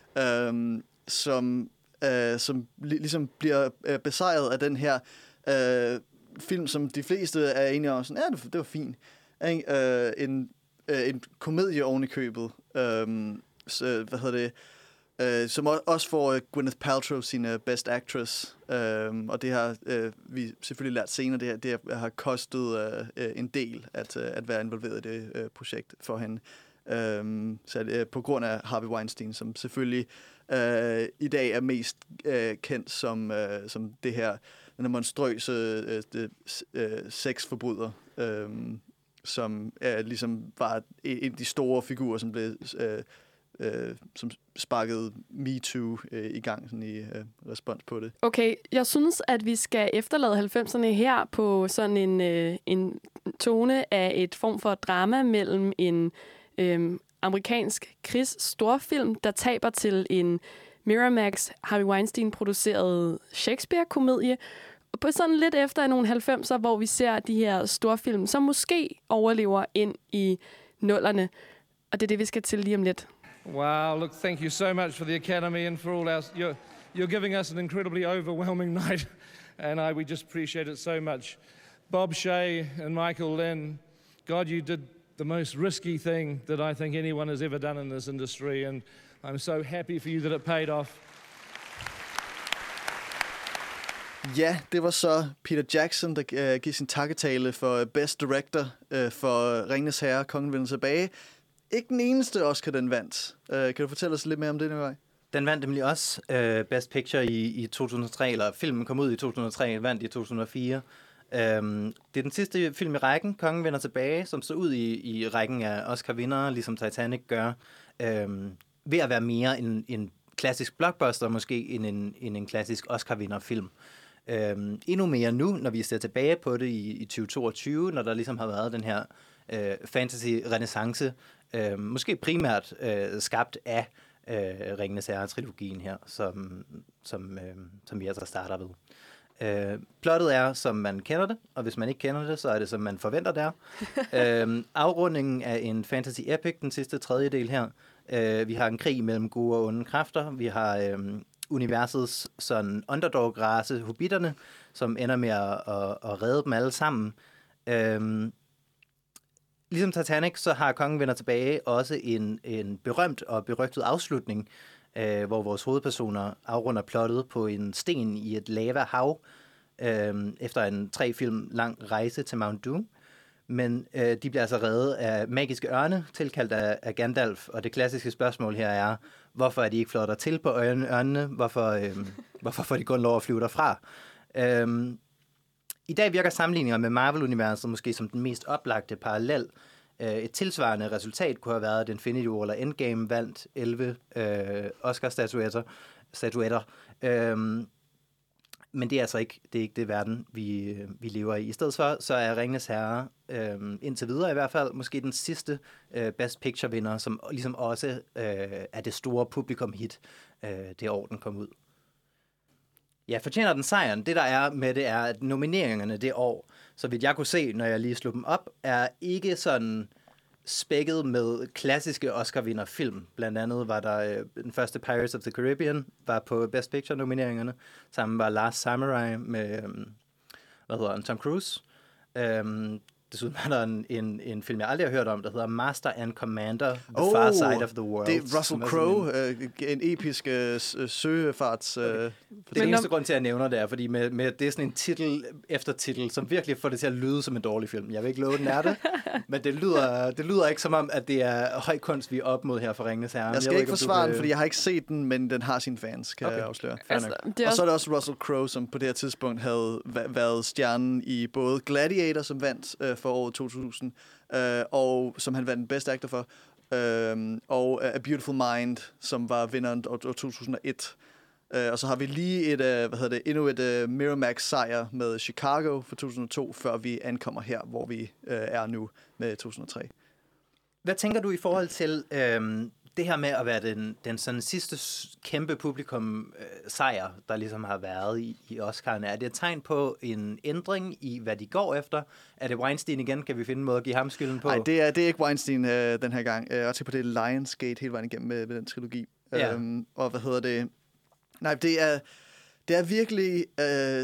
øh, som, øh, som li- ligesom bliver øh, besejret af den her øh, film, som de fleste er enige om, sådan, ja, det, det var fint. Øh, en, øh, en komedie oven i købet, øh, så, hvad hedder det, øh, som også får uh, Gwyneth Paltrow sin uh, Best Actress, øh, og det har uh, vi selvfølgelig lært senere, det, her, det har kostet uh, en del at, uh, at være involveret i det uh, projekt for hende. Øh, så uh, på grund af Harvey Weinstein, som selvfølgelig uh, i dag er mest uh, kendt som, uh, som det her den her monstrøse uh, uh, sexforbryder, uh, som uh, ligesom var en af de store figurer, som blev uh, uh, som sparkede MeToo uh, i gang sådan i uh, respons på det. Okay, jeg synes, at vi skal efterlade halvfemserne her på sådan en, øh, en tone af et form for drama mellem en øh, amerikansk krigs-storfilm, der taber til en Miramax Harvey Weinstein-produceret Shakespeare-komedie, på sådan lidt efter nogle halvfemser, hvor vi ser de her storfilm, som måske overlever ind i nullerne. Og det er det, vi skal til lige om lidt. Wow, look, thank you so much for the Academy and for all our... You're, you're giving us an incredibly overwhelming night, and I, we just appreciate it so much. Bob Shaye and Michael Lynn, God, you did the most risky thing that I think anyone has ever done in this industry, and I'm so happy for you that it paid off. Ja, det var så Peter Jackson, der uh, giver sin takketale for Best Director uh, for Ringenes Herre, Kongen vender tilbage. Ikke den eneste Oscar, den vandt. Uh, kan du fortælle os lidt mere om det, Nikolaj? Den vandt nemlig også uh, Best Picture i, i to tusind og tre, eller filmen kom ud i to tusind og tre, vandt i to tusind og fire. Um, det er den sidste film i rækken, Kongen vender tilbage, som står ud i, i rækken af Oscar-vindere, ligesom Titanic gør, um, ved at være mere en, en klassisk blockbuster, måske end en, end en klassisk Oscar-vinderfilm. Um, endnu mere nu, når vi ser tilbage på det i, i tyve toogtyve, når der ligesom har været den her uh, fantasy-renaissance, uh, måske primært uh, skabt af uh, Ringenes Herre-trilogien her, som, som, uh, som vi altså starter ved. Uh, plottet er, som man kender det, og hvis man ikke kender det, så er det, som man forventer det er. uh, afrundingen af en fantasy-epic, den sidste tredjedel her. Uh, vi har en krig mellem gode og onde kræfter. Vi har... Um, universets sådan underdog-race, hobitterne, som ender med at, at, at redde dem alle sammen. Øhm, ligesom Titanic, så har Kongen vender tilbage også en, en berømt og berygtet afslutning, øh, hvor vores hovedpersoner afrunder plottet på en sten i et lavahav, øh, efter en tre film lang rejse til Mount Doom. Men øh, de bliver altså reddet af magiske ørne, tilkaldt af, af Gandalf, og det klassiske spørgsmål her er, hvorfor er de ikke flot til på ørnene? Hvorfor, øh, hvorfor får de kun lov at flyve derfra? Øh, I dag virker sammenligninger med Marvel-universet måske som den mest oplagte parallel. Øh, et tilsvarende resultat kunne have været, at Infinity War eller Endgame vandt elleve øh, Oscar-statuetter. Statuetter. Øh, Men det er altså ikke det, er ikke det verden, vi, vi lever i. I stedet for, så er Ringenes Herre, øh, indtil videre i hvert fald, måske den sidste øh, Best Picture-vinder, som ligesom også øh, er det store publikum-hit, øh, det år, den kom ud. Ja, fortjener den sejren. Det, der er med det, er, at nomineringerne det år, så vidt jeg kunne se, når jeg lige slog dem op, er ikke sådan spækket med klassiske Oscar-vinder-film. Blandt andet var der øh, den første Pirates of the Caribbean, var på Best Picture-nomineringerne. Sammen var Last Samurai med, øh, hvad hedder han, Tom Cruise. Um, Desuden er der en, en, en film, jeg aldrig har hørt om, der hedder Master and Commander, The oh, Far Side of the World. Det er Russell Crowe, en, øh, en episk øh, søgefarts... Øh, okay. Det eneste grund til, at jeg nævner det er, fordi med, med, det er sådan en titel efter titel, som virkelig får det til at lyde som en dårlig film. Jeg vil ikke love, den er det, men det lyder, det lyder ikke som om, at det er høj kunst, vi er op mod her for Ringenes Herre. Jeg skal jeg ikke forsvare den, fordi jeg har ikke set den, men den har sine fans, kan okay. jeg afsløre. Altså, og så er det også Russell Crowe, som på det her tidspunkt havde været stjernen i både Gladiator, som vandt øh, for året to tusind, Uh, og som han vandt den bedste actor for, uh, og uh, A Beautiful Mind, som var vinderen år to tusind og et. Uh, og så har vi lige et, uh, hvad hedder det, endnu et uh, Miramax-sejr med Chicago for to tusind og to, før vi ankommer her, hvor vi uh, er nu med to tusind og tre. Hvad tænker du i forhold til øhm, det her med at være den, den sådan sidste kæmpe publikum-sejr, øh, der ligesom har været i, i Oscar'erne? Er det et tegn på en ændring i, hvad de går efter? Er det Weinstein igen? Kan vi finde en måde at give ham skylden på? Nej, det er, det er ikke Weinstein øh, den her gang. Jeg tænker på det Lionsgate hele vejen igennem med, med den trilogi. Ja. Øhm, og hvad hedder det? Nej, det er, det er virkelig... Øh,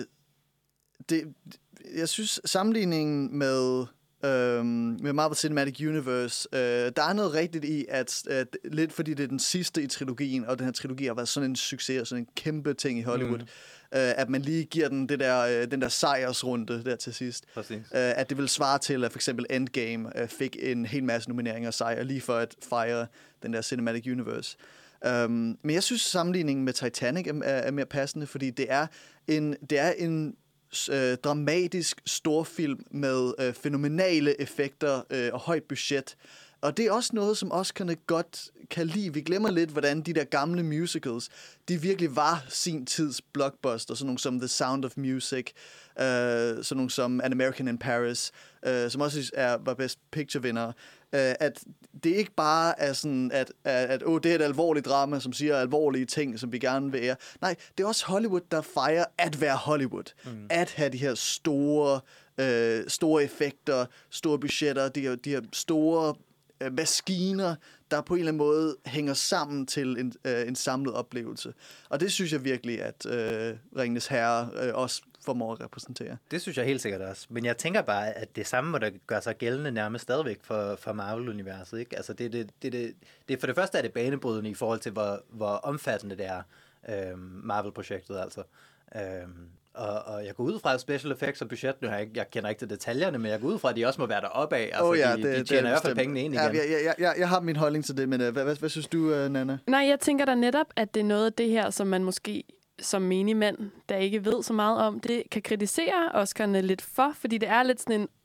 det, jeg synes, sammenligningen med... Øhm, med Marvel Cinematic Universe, øh, der er noget rigtigt i, at, at lidt fordi det er den sidste i trilogien, og den her trilogi har været sådan en succes og sådan en kæmpe ting i Hollywood, mm. øh, at man lige giver den, det der, øh, den der sejrsrunde der til sidst. Øh, at det vil svare til, at for eksempel Endgame øh, fik en hel masse nomineringer og sejre, lige for at fejre den der Cinematic Universe. Um, men jeg synes, sammenligningen med Titanic er, er mere passende, fordi det er en... Det er en Øh, dramatisk storfilm med øh, fænomenale effekter øh, og højt budget. Og det er også noget, som Oscar'ne godt kan lide. Vi glemmer lidt, hvordan de der gamle musicals, de virkelig var sin tids blockbuster. Sådan nogle som The Sound of Music, øh, sådan nogle som An American in Paris, øh, som også er, var Best Picture-vinder. Øh, at det ikke bare er sådan, at, at, at oh, det er et alvorligt drama, som siger alvorlige ting, som vi gerne vil ære. Nej, det er også Hollywood, der fejrer at være Hollywood. Mm. At have de her store, øh, store effekter, store budgetter, de her, de her store øh, maskiner, der på en eller anden måde hænger sammen til en, øh, en samlet oplevelse. Og det synes jeg virkelig, at øh, Ringenes Herre øh, også formår at repræsentere. Det synes jeg helt sikkert også. Men jeg tænker bare, at det samme må der gøre sig gældende nærmest stadigvæk for, for Marvel-universet. Ikke? Altså det, det, det, det, det, for det første er det banebrydende i forhold til, hvor, hvor omfattende det er, øh, Marvel-projektet altså. Øh, og, og jeg går ud fra special effects og budget, nu har jeg, jeg kender ikke til detaljerne, men jeg går ud fra, at de også må være deroppe af. Altså, oh ja, de, det, de tjener i hvert fald pengene ind igen. Ja, jeg, jeg, jeg, jeg har min holdning til det, men uh, hvad, hvad, hvad synes du, uh, Nana? Nej, jeg tænker da netop, at det er noget af det her, som man måske som menigmand, der ikke ved så meget om det, kan kritisere Oscar'ne lidt for, fordi det er lidt sådan en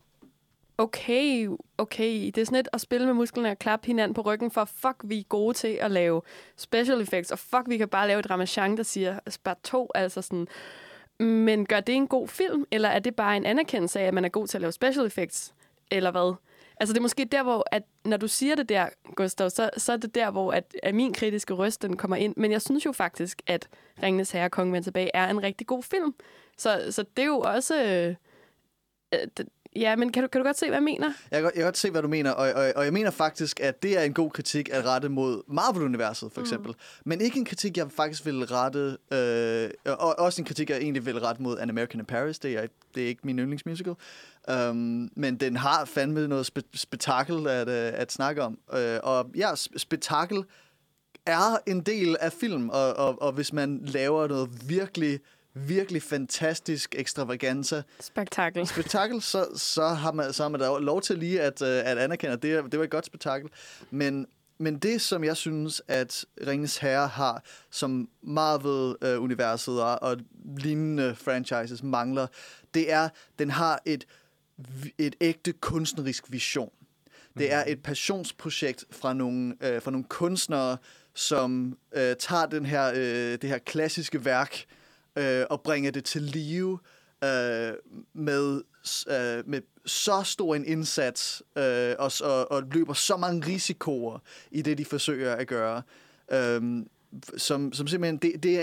okay, okay, det er sådan lidt at spille med musklerne og klappe hinanden på ryggen for, fuck, vi er gode til at lave special effects, og fuck, vi kan bare lave et ramachan, der siger spart to, altså sådan. Men gør det en god film, eller er det bare en anerkendelse af, at man er god til at lave special effects, eller hvad? Altså det er måske der, hvor, at når du siger det der, Gustav, så, så er det der, hvor at, at min kritiske røst, den kommer ind. Men jeg synes jo faktisk, at Ringenes Herre, Kongen vender tilbage, er en rigtig god film. Så, så det er jo også... Øh, øh, ja, men kan du, kan du godt se, hvad jeg mener? Jeg kan, jeg kan godt se, hvad du mener, og, og, og jeg mener faktisk, at det er en god kritik at rette mod Marvel-universet, for eksempel. Mm. Men ikke en kritik, jeg faktisk vil rette... Øh, og også en kritik, jeg egentlig vil rette mod An American in Paris. Det er, det er ikke min yndlingsmusical. Um, men den har fandme noget spe- spektakel at, uh, at snakke om. Uh, og ja, spektakel er en del af film, og, og, og hvis man laver noget virkelig, virkelig fantastisk ekstravaganza, spektakel, spektakel så, så, har man, så har man da lov til lige at, uh, at anerkende, at det, det var et godt spektakel. Men, men det, som jeg synes, at Ringenes Herre har, som Marvel-universet uh, og lignende franchises mangler, det er, den har et et ægte kunstnerisk vision. Det er et passionsprojekt fra nogle, øh, fra nogle kunstnere, som øh, tager den her, øh, det her klassiske værk øh, og bringer det til live øh, med, øh, med så stor en indsats øh, og, og, og løber så mange risikoer i det, de forsøger at gøre. Øh, som, som simpelthen, det, det er en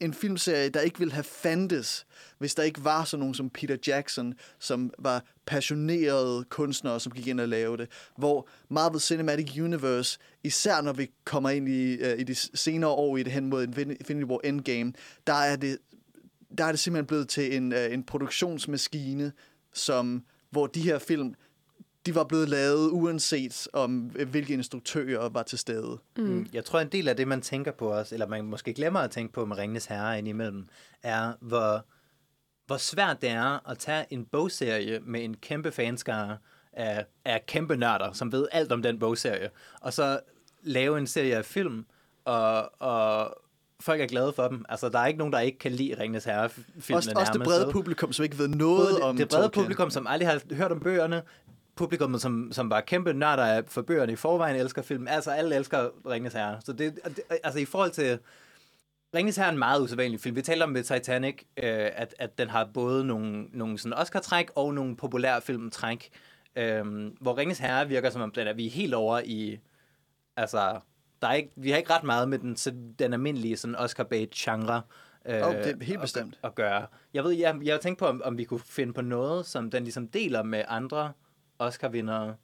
en filmserie, der ikke ville have fandtes, hvis der ikke var sådan nogen som Peter Jackson, som var passionerede kunstnere, som gik ind og lavede det. Hvor Marvel Cinematic Universe, især når vi kommer ind i, uh, i de senere år i det hen mod Infinity War Endgame, der er det, der er det simpelthen blevet til en, uh, en produktionsmaskine, som, hvor de her film, de var blevet lavet uanset om, hvilke instruktører var til stede. Mm. Jeg tror, en del af det, man tænker på også, eller man måske glemmer at tænke på med Ringenes Herre indimellem, er, hvor, hvor svært det er at tage en bogserie med en kæmpe fanskare af, af kæmpe nørder, som ved alt om den bogserie, og så lave en serie af film, og, og folk er glade for dem. Altså, der er ikke nogen, der ikke kan lide Ringenes Herre-filmene. Også, også det brede publikum, som ikke ved noget Både om det brede Tolkien. publikum, som aldrig har hørt om bøgerne, publikummet, som, som var kæmpe nørder for bøgerne i forvejen, elsker film. Altså, alle elsker Ringenes Herre. Så det, altså, i forhold til Ringenes Herre er en meget usædvanlig film. Vi talte om med Titanic, øh, at, at den har både nogle, nogle sådan Oscar-træk og nogle populære filmtræk, øh, hvor Ringenes Herre virker som om, den er vi er helt over i, altså, der er ikke, vi har ikke ret meget med den, den almindelige sådan Oscar-bait-genre øh, oh, det er helt bestemt. At, at gøre. Jeg ved, jeg, jeg tænkte på, om, om vi kunne finde på noget, som den ligesom deler med andre Oscar-vindere.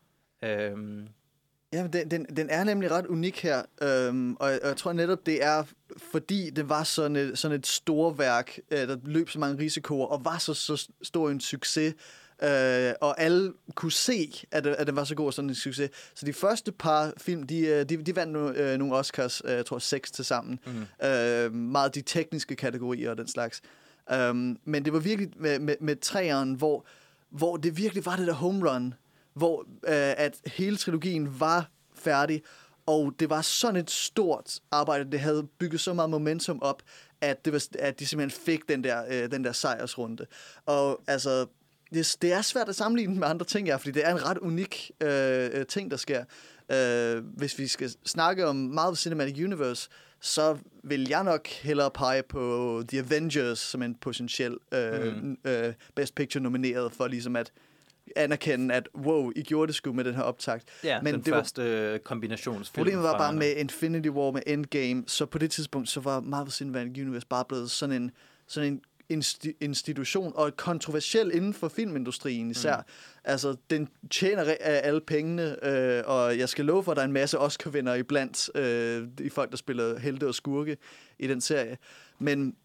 Øhm. Ja, den, den, den er nemlig ret unik her, øhm, og, jeg, og jeg tror netop, det er, fordi det var sådan et, sådan et storværk, øh, der løb så mange risikoer, og var så, så stor en succes, øh, og alle kunne se, at, at det var så god sådan en succes. Så de første par film, de, de, de vandt no, øh, nogle Oscars, øh, jeg tror seks til sammen. Mm. Øh, meget de tekniske kategorier og den slags. Um, men det var virkelig med, med, med træeren, hvor hvor det virkelig var det der home run, hvor øh, at hele trilogien var færdig, og det var sådan et stort arbejde, det havde bygget så meget momentum op, at, det var, at de simpelthen fik den der, øh, den der sejrsrunde. Og altså, det, det er svært at sammenligne med andre ting, ja, fordi det er en ret unik øh, ting, der sker. Øh, hvis vi skal snakke om Marvel Cinematic Universe, så vil jeg nok hellere pege på The Avengers som en potentiel øh, mm. øh, Best Picture nomineret for ligesom at anerkende, at wow, I gjorde det sgu med den her optakt. Ja, men den det første var, kombinationsfilm. Problemet var bare med Infinity War, med Endgame, så på det tidspunkt, så var Marvel Cinematic Universe bare blevet sådan en, sådan en insti- institution, og kontroversiel inden for filmindustrien især. Mm. Altså, den tjener af alle pengene, øh, og jeg skal love for, at der er en masse Oscar-vinder iblandt øh, de folk, der spiller helte og skurke i den serie. Men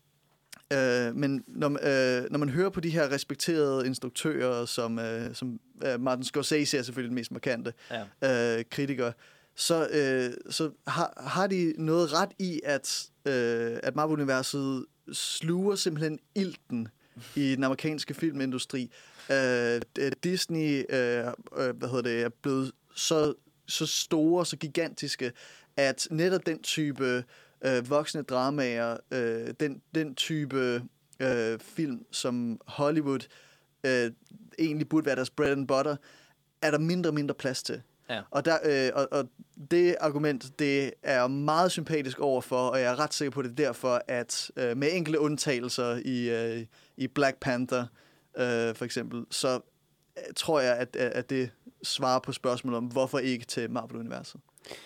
Øh, men når, øh, når man hører på de her respekterede instruktører, som, øh, som øh, Martin Scorsese er selvfølgelig den mest markante ja. øh, kritiker, så, øh, så har, har de noget ret i, at, øh, at Marvel-universet sluger simpelthen ilten i den amerikanske filmindustri. Øh, Disney øh, øh, hvad hedder det, er blevet så, så store, så gigantiske, at netop den type Øh, voksne dramaer, øh, den, den type øh, film, som Hollywood øh, egentlig burde være deres bread and butter, er der mindre og mindre plads til. Ja. Og, der, øh, og, og det argument, det er meget sympatisk overfor, og jeg er ret sikker på, det derfor, at øh, med enkelte undtagelser i, øh, i Black Panther, øh, for eksempel, så øh, tror jeg, at, at det svarer på spørgsmålet om, hvorfor ikke til Marvel-universet.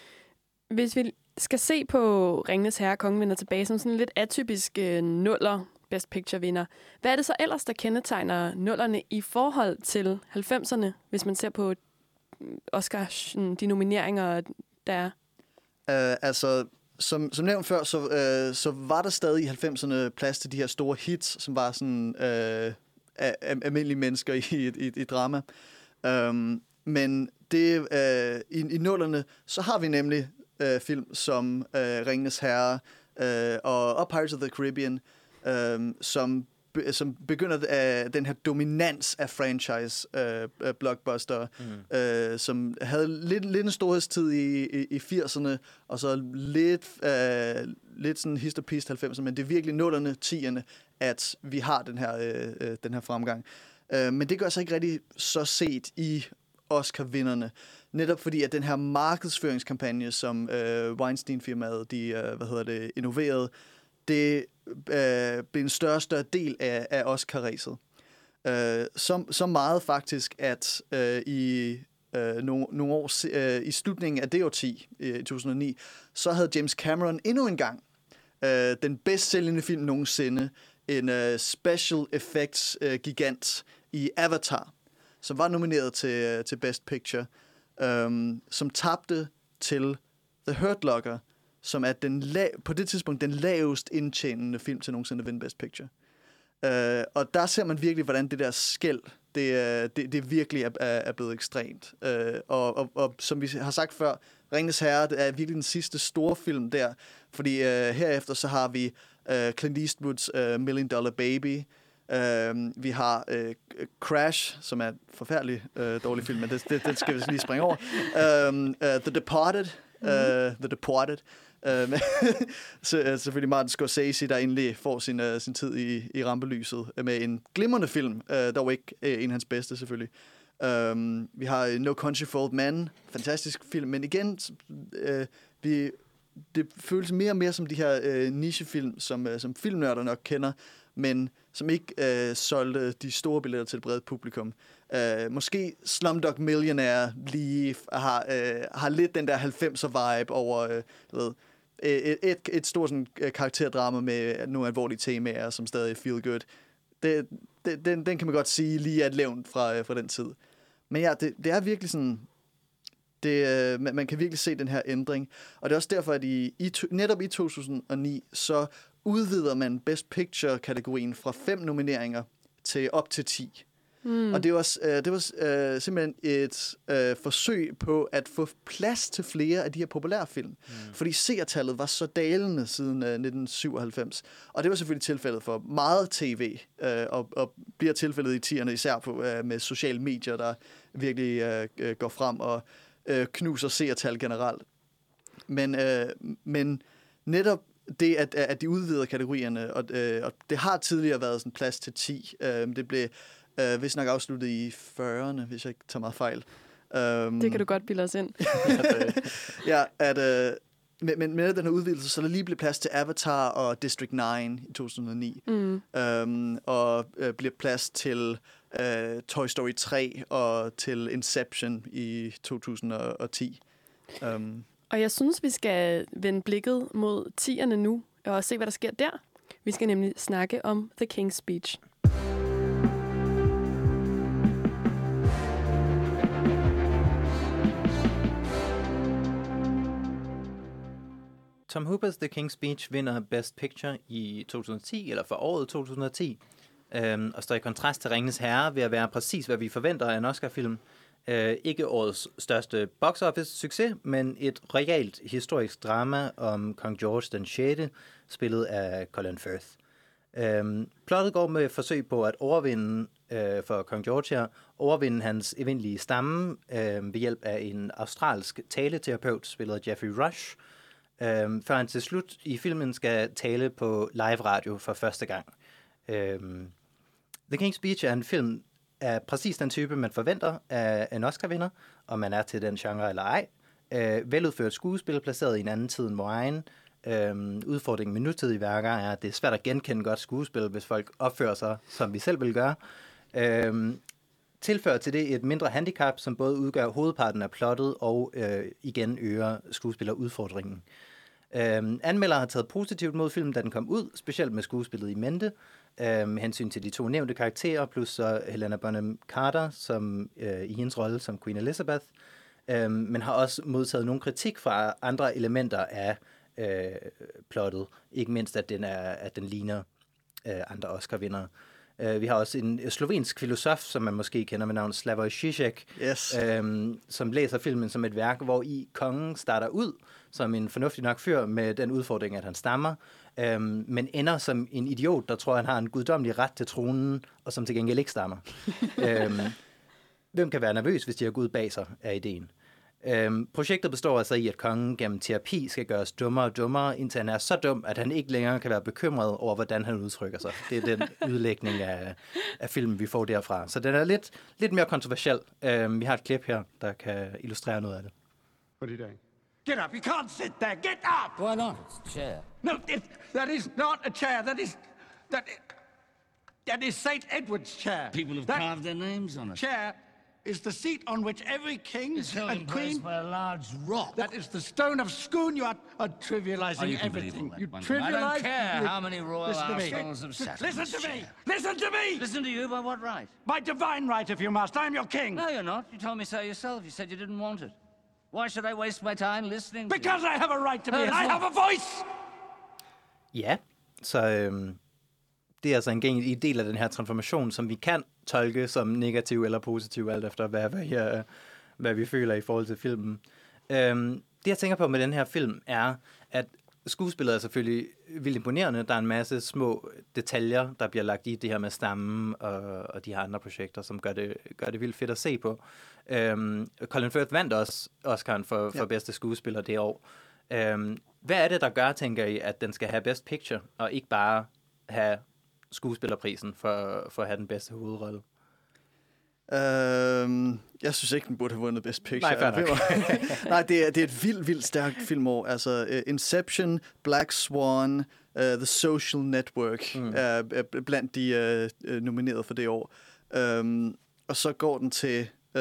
Hvis vi skal se på Ringenes Herre, Kongen vender tilbage, som sådan lidt atypiske nuller Best Picture-vinder. Hvad er det så ellers, der kendetegner nullerne i forhold til halvfemserne, hvis man ser på Oscar, de nomineringer, der er? Uh, altså, som, som nævnt før, så, uh, så var der stadig i halvfemserne plads til de her store hits, som var sådan uh, almindelige mennesker i, i, i drama. Um, men det, uh, i, i nullerne, så har vi nemlig Uh, film som uh, Ringenes Herre uh, og, og Pirates of the Caribbean, uh, som, be, som begynder uh, den her dominans af franchise-blockbuster, uh, mm. uh, som havde lidt, lidt en storhedstid i, i, i firserne, og så lidt, uh, lidt sådan hist og pist halvfemserne, men det er virkelig nullerne, tierne, at vi har den her, uh, uh, den her fremgang. Uh, men det gør sig ikke rigtig så set i Oscar-vinderne. Netop fordi, at den her markedsføringskampagne, som øh, Weinstein-firmaet, de, øh, hvad hedder det, innoverede, det øh, blev en større og større del af, af Oscar-ræset. Øh, så, så meget faktisk, at øh, i øh, nogle, nogle år, øh, i slutningen af det årti, i to tusind og ni, så havde James Cameron endnu en gang øh, den bedst sælgende film nogensinde, en øh, special effects øh, gigant i Avatar, som var nomineret til, til Best Picture, øh, som tabte til The Hurt Locker, som er den la- på det tidspunkt den lavest indtjenende film til nogensinde at vinde Best Picture. Uh, og der ser man virkelig, hvordan det der skel, det, uh, det, det virkelig er, er blevet ekstremt. Uh, og, og, og som vi har sagt før, Ringenes Herre, det er virkelig den sidste store film der, fordi uh, herefter så har vi uh, Clint Eastwoods uh, Million Dollar Baby, uh, vi har uh, Crash, som er en forfærdelig uh, dårlig film, men det, det, det skal vi lige springe over. Um, uh, The Departed, uh, The Departed, Uh, så, uh, selvfølgelig Martin Scorsese, der endelig får sin, uh, sin tid i, i rampelyset uh, med en glimrende film, uh, dog ikke uh, en af hans bedste selvfølgelig. Um, vi har uh, No Country for Old Men, fantastisk film, men igen, uh, vi, det føles mere og mere som de her uh, nichefilm, som, uh, som filmnørder nok kender, men som ikke uh, solgte de store billetter til et bredt publikum. Uh, måske Slumdog Millionaire lige har, uh, har lidt den der halvfemser vibe over, uh, du ved, et, et, et stort sådan, karakterdrama med nogle alvorlige temaer, som stadig feel good. Det, det, den, den kan man godt sige lige er et levn fra, fra den tid. Men ja, det, det er virkelig sådan, det, man, man kan virkelig se den her ændring. Og det er også derfor, at i, i, netop i to tusind og ni, så udvider man Best Picture-kategorien fra fem nomineringer til op til ti. Mm. Og det var, øh, det var øh, simpelthen et øh, forsøg på at få plads til flere af de her populære film. Mm. Fordi seertallet var så dalende siden øh, nitten syvoghalvfems. Og det var selvfølgelig tilfældet for meget tv, øh, og, og bliver tilfældet i tierne, især på, øh, med sociale medier, der virkelig øh, går frem og øh, knuser seertal generelt. Men, øh, men netop det, at, at de udvider kategorierne, og, øh, og det har tidligere været sådan plads til ti. Øh, det blev Uh, hvis nok afsluttet i fyrrerne, hvis jeg ikke tager meget fejl. Um, det kan du godt bilde os ind. at, uh, ja, at, uh, men, men med den her udvidelse, så der lige blev plads til Avatar og District ni i to tusind og ni. Mm. Um, og uh, bliver plads til uh, Toy Story tre og til Inception i to tusind og ti. Um, og jeg synes, vi skal vende blikket mod tierne nu, og se, hvad der sker der. Vi skal nemlig snakke om The King's Speech. Tom Hooper's The King's Speech vinder Best Picture i to tusind og ti, eller for året to tusind og ti, øhm, og står i kontrast til Ringenes Herre ved at være præcis, hvad vi forventer af en Oscar-film. Øh, ikke årets største box office succes, men et realt historisk drama om Kong George den sjette, spillet af Colin Firth. Øhm, plottet går med forsøg på at overvinde øh, for Kong George her, overvinde hans evindelige stamme øh, ved hjælp af en australsk taleterapeut, spillet af Geoffrey Rush, Øhm, før han til slut i filmen skal tale på live radio for første gang. Øhm, The King's Speech er en film af præcis den type, man forventer af en Oscar-vinder, om man er til den genre eller ej. Øh, veludført skuespil, placeret i en anden tid end vor egen. Øhm, udfordringen med nutidige værker er, at det er svært at genkende godt skuespil, hvis folk opfører sig, som vi selv vil gøre. Øhm, tilfører til det et mindre handicap, som både udgør hovedparten af plottet og øh, igen øger skuespillerudfordringen. Øhm, anmeldere har taget positivt mod filmen, da den kom ud, specielt med skuespillet i mente, øh, med hensyn til de to nævnte karakterer, plus så Helena Bonham Carter som, øh, i hendes rolle som Queen Elizabeth, øh, men har også modtaget nogle kritik fra andre elementer af øh, plottet, ikke mindst at den, er, at den ligner øh, andre Oscar-vindere. Uh, vi har også en slovensk filosof, som man måske kender med navn Slavoj Žižek, yes. øhm, som læser filmen som et værk, hvor i kongen starter ud som en fornuftig nok fyr med den udfordring, at han stammer, øhm, men ender som en idiot, der tror, han har en guddommelig ret til tronen, og som til gengæld ikke stammer. øhm, hvem kan være nervøs, hvis de har Gud bag sig, er ideen. Øhm, projektet består altså i, at kongen gennem terapi skal gøres dummere og dummere, indtil han er så dum, at han ikke længere kan være bekymret over, hvordan han udtrykker sig. Det er den udlægning af, af filmen, vi får derfra. Så den er lidt, lidt mere kontroversiel. Øhm, vi har et klip her, der kan illustrere noget af det. What are you doing? Get up! You can't sit there! Get up! Why not? It's a chair. No, it, that is not a chair. That is... That is, that is Saint Edward's chair. People have that carved their names on it. Chair is the seat on which every king It's held and in queen... place by a large rock. That is the stone of Scone. You are, are trivializing Oh, you can everything. believe all that, You Bunsen. I trivialize... don't care you- how many royal Listen to me. arsenals have sat in Listen this to me. chair. Listen to me. Listen to you, by what right? By divine right, if you must. I'm your king. No, you're not. You told me so yourself. You said you didn't want it. Why should I waste my time listening to Because you? I have a right to be, No, and it's I not. have a voice. Ja, så øhm, det er altså en, en del af den her transformation, som vi kan tolke som negativ eller positiv, alt efter hvad, hvad, jeg, hvad vi føler i forhold til filmen. Øhm, det jeg tænker på med den her film er, at skuespillet er selvfølgelig vildt imponerende. Der er en masse små detaljer, der bliver lagt i det her med stammen og, og de her andre projekter, som gør det, gør det vildt fedt at se på. Øhm, Colin Firth vandt også Oscar'en for, for ja. bedste skuespiller det år. Øhm, hvad er det, der gør, tænker I, at den skal have Best Picture, og ikke bare have skuespillerprisen for, for at have den bedste hovedrolle? Øhm, jeg synes ikke, den burde have vundet Best Picture. Nej, fair nok. Nej, det er, det er et vildt, vildt stærkt filmår. Altså, uh, Inception, Black Swan, uh, The Social Network mm. er, er blandt de uh, nomineret for det år. Um, og så går den til uh,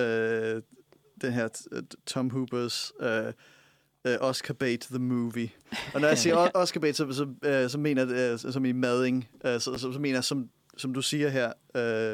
den her uh, Tom Hoopers uh, uh, Oscar Bait The Movie. Og når jeg siger Oscar Bait, så, så, uh, så mener jeg, uh, som i mading, uh, så, så, så mener jeg, som, som du siger her, uh,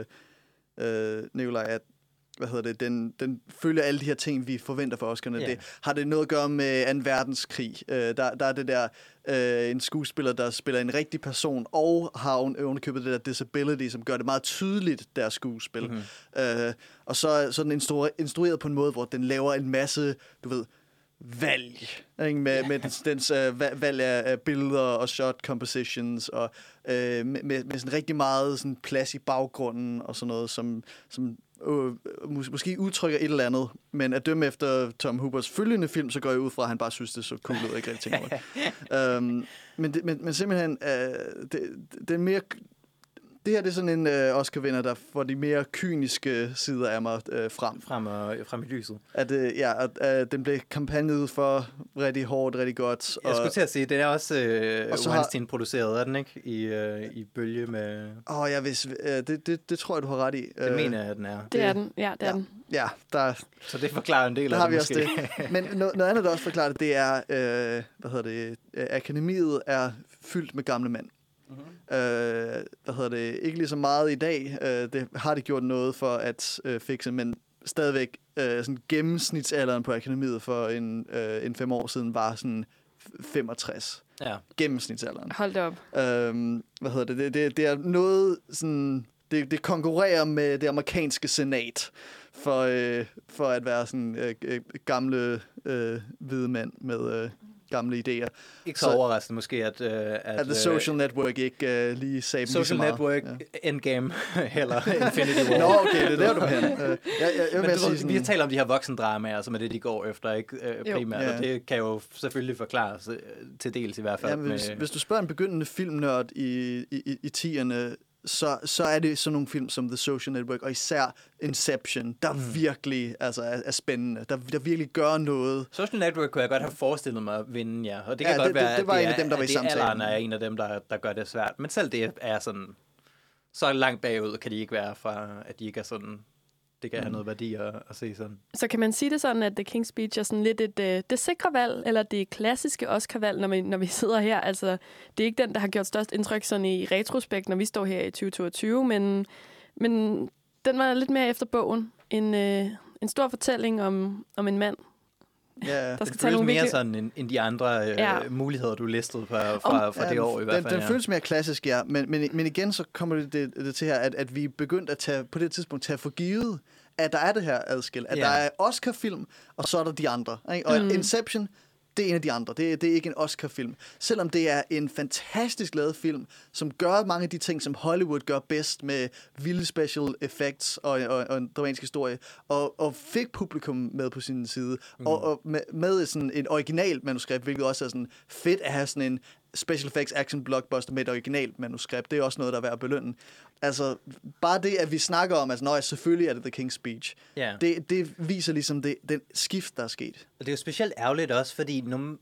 Uh, Nikolaj, at hvad hedder det, den, den følger alle de her ting, vi forventer for Oscar'ne. Yeah. Det, har det noget at gøre med anden verdenskrig? Uh, der, der er det der, uh, en skuespiller, der spiller en rigtig person, og har underkøbet det der disability, som gør det meget tydeligt, deres skuespil. Mm-hmm. Uh, og så, så er den instru- instrueret på en måde, hvor den laver en masse, du ved, valg, ikke? Med, yeah. med dens, dens uh, valg af, af billeder og shot compositions, og uh, med, med, med sådan rigtig meget sådan plads i baggrunden, og sådan noget, som, som uh, mås- måske udtrykker et eller andet, men at dømme efter Tom Hoopers følgende film, så går jeg ud fra, at han bare synes, det er så cool ud, ikke rigtig tænker over. um, men, det, men, men simpelthen, uh, det, det er mere... Det her det er sådan en øh, Oscar-vinder, der får de mere kyniske sider af mig øh, frem. Frem, og, frem i lyset. At, øh, ja, at øh, den blev kampagnet for rigtig hårdt, rigtig godt. Jeg skulle til at sige, den er også øh, Weinstein-produceret, har... er den ikke? I, øh, i bølge med... Åh, oh, ja, hvis, øh, det, det, det tror jeg, du har ret i. Det øh, mener jeg, at den er. Det er den, ja, det er ja. den. Ja, der... Så det forklarer en del der af har det, vi måske. også det. Men noget, noget andet, der også forklarer det, det er, øh, hvad hedder det, øh, akademiet er fyldt med gamle mænd. Mm-hmm. Øh, hvad hedder det, ikke lige så meget i dag, øh, det har det gjort noget for at øh, fikse, men stadigvæk øh, sådan gennemsnitsalderen på akademiet for en, øh, en fem år siden var sådan femogtres. Ja. Gennemsnitsalderen. Hold da op. Øh, hvad hedder det, det, det, det er noget sådan, det, det konkurrerer med det amerikanske senat for, øh, for at være sådan øh, gamle øh, hvide mænd med øh, gamle idéer. Ikke så, så overraskende måske, at... Uh, at, at The Social Network ikke uh, lige sagde dem lige så Social meget. Network, ja. Endgame, heller Infinity War. Nå, okay, det er der, du er hen. Uh, jeg, jeg, jeg Men du, sige sådan... vi har talt om de her voksendramaer, som er det, de går efter, ikke uh, primært, ja. Og det kan jo selvfølgelig forklares uh, til dels i hvert fald. Ja, med... hvis, hvis du spørger en begyndende filmnørd i, i, i tierne, så, så er det sådan nogle film som The Social Network, og især Inception, der mm. virkelig altså, er, er spændende, der, der virkelig gør noget. Social Network kunne jeg godt have forestillet mig at vinde, ja. Og det kan ja, godt det, være, det, det var at en af dem, der var i samtalen. alderen er en af dem, der, der gør det svært. Men selv det er sådan, så langt bagud kan de ikke være fra, at de ikke er sådan... Det kan have noget værdi at, at se sådan. Så kan man sige det sådan, at The King's Speech er sådan lidt et, øh, det sikre valg, eller det klassiske Oscar-valg, når vi, når vi sidder her. Altså, det er ikke den, der har gjort størst indtryk sådan i retrospekt, når vi står her i tyve toogtyve, men, men den var lidt mere efter bogen. En, øh, en stor fortælling om, om en mand. Ja, der skal det føles mere virkelig... sådan end, end de andre øh, ja. muligheder, du listede fra, fra, fra ja, det år i hvert fald. Den, den ja. føles mere klassisk, ja. Men, men, men igen, så kommer det, det, det til her, at, at vi er begyndt at tage, på det tidspunkt tage for givet, at der er det her adskil. At ja. der er Oscar-film, og så er der de andre. Ikke? Og mm. Inception, det er en af de andre. Det er, det er ikke en Oscar-film. Selvom det er en fantastisk lavet film, som gør mange af de ting, som Hollywood gør bedst med vilde special effects og, og, og en dramatisk historie, og, og fik publikum med på sin side. Mm. Og, og med, med sådan en original manuskript, hvilket også er sådan fedt at have sådan en special effects action blockbuster med et originalt manuskript. Det er også noget, der er værd at belønne. Altså, bare det, at vi snakker om, altså, nøj, selvfølgelig er det The King's Speech. Yeah. Det, det viser ligesom det, den skift, der er sket. Og det er jo specielt ærgerligt også, fordi nu,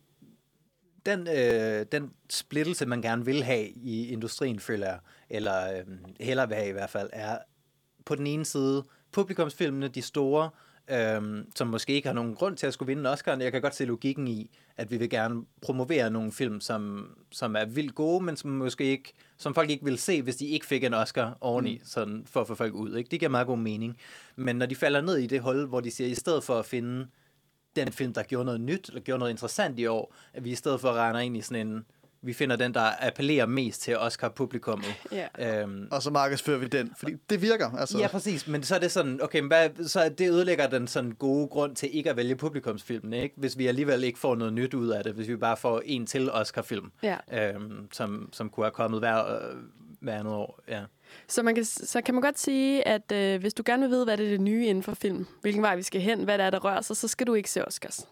den, øh, den splittelse, man gerne vil have i industrien, føler jeg, eller øh, hellere vil have i hvert fald, er på den ene side publikumsfilmene, de store, øhm, som måske ikke har nogen grund til at skulle vinde Oscar'en. Jeg kan godt se logikken i, at vi vil gerne promovere nogle film, som, som er vildt gode, men som måske ikke, som folk ikke vil se, hvis de ikke fik en Oscar oveni, mm. sådan for at få folk ud. Ikke? Det giver meget god mening. Men når de falder ned i det hul, hvor de siger, i stedet for at finde den film, der gjorde noget nyt, eller gjorde noget interessant i år, at vi i stedet for render ind i sådan en, vi finder den, der appellerer mest til Oscar-publikummet. Yeah. Øhm, og så markedsfører vi den, fordi det virker. Altså. Ja, præcis, men så er det sådan, okay, men hvad, så det ødelægger den sådan gode grund til ikke at vælge publikumsfilmen, ikke? Hvis vi alligevel ikke får noget nyt ud af det, hvis vi bare får en til Oscar-film, yeah. øhm, som, som kunne have kommet hver, øh, hver andet år, ja. Så, man kan, så kan man godt sige, at øh, hvis du gerne vil vide, hvad det er det nye inden for film, hvilken vej vi skal hen, hvad det er, der rører sig, så skal du ikke se Oscars.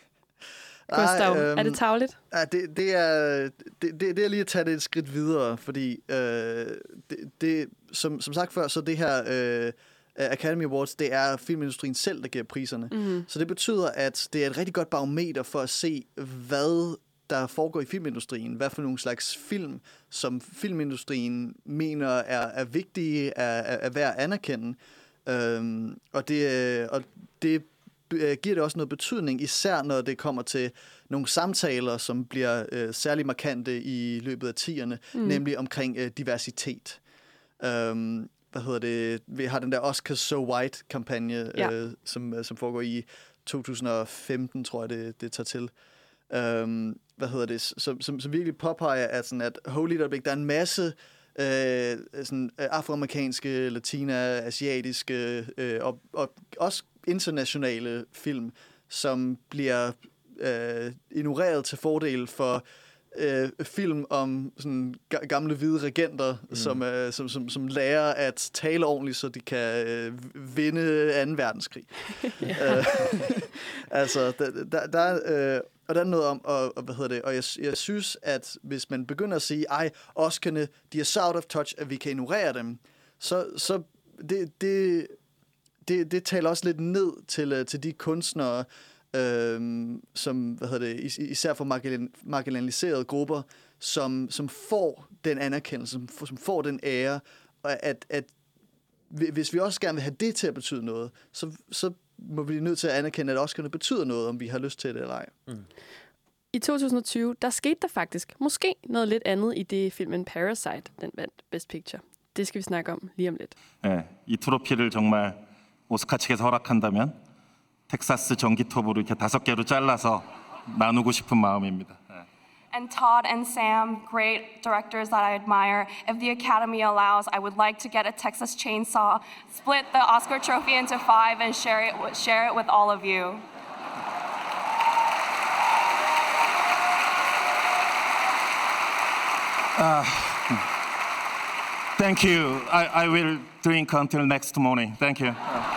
Gustav, øhm, er det tarveligt? Ja, det, det, er, det, det, det er lige at tage det et skridt videre, fordi øh, det, det, som, som sagt før, så det her øh, Academy Awards, det er filmindustrien selv, der giver priserne. Mm-hmm. Så det betyder, at det er et rigtig godt barometer for at se, hvad der foregår i filmindustrien. Hvad for nogle slags film, som filmindustrien mener er, er vigtige, er, er, er værd at anerkende. Øhm, og det, og det giver det også noget betydning, især når det kommer til nogle samtaler, som bliver øh, særlig markante i løbet af tierne, mm. nemlig omkring øh, diversitet. Øhm, hvad hedder det? Vi har den der Oscars So White-kampagne, ja. øh, som, som foregår i to tusind og femten, tror jeg, det, det tager til. Øhm, hvad hedder det? Som, som, som virkelig påpeger, at, sådan, at holy, der er en masse øh, sådan, afroamerikanske, latina, asiatiske øh, og, og også internationale film, som bliver øh, ignoreret til fordel for øh, film om sådan gamle hvide regenter, mm. som, øh, som, som, som lærer at tale ordentligt, så de kan øh, vinde anden verdenskrig. øh, altså, der, der, der er... Øh, og der er noget om, og, og hvad hedder det, og jeg, jeg synes, at hvis man begynder at sige, ej, Oscar'ne, de er så out of touch, at vi kan ignorere dem, så, så det, det, det, det taler også lidt ned til, til de kunstnere, øhm, som, hvad hedder det, is, især for marginaliserede grupper, som, som får den anerkendelse, som, som får den ære, og at, at hvis vi også gerne vil have det til at betyde noget, så, så må vi nødt til at anerkende, at Oscar'ne betyder noget, om vi har lyst til det eller ej. Mm. I to tusind og tyve, der skete der faktisk måske noget lidt andet i det filmen Parasite, den vandt Best Picture. Det skal vi snakke om lige om lidt. 네, 이 트로피를 정말 오스카 측에서 허락한다면 텍사스 전기톱으로 이렇게 다섯 개로 잘라서 나누고 싶은 마음입니다. And Todd and Sam, great directors that I admire. If the Academy allows, I would like to get a Texas chainsaw, split the Oscar trophy into five, and share it with, share it with all of you. Uh, thank you. I, I will drink until next morning. Thank you.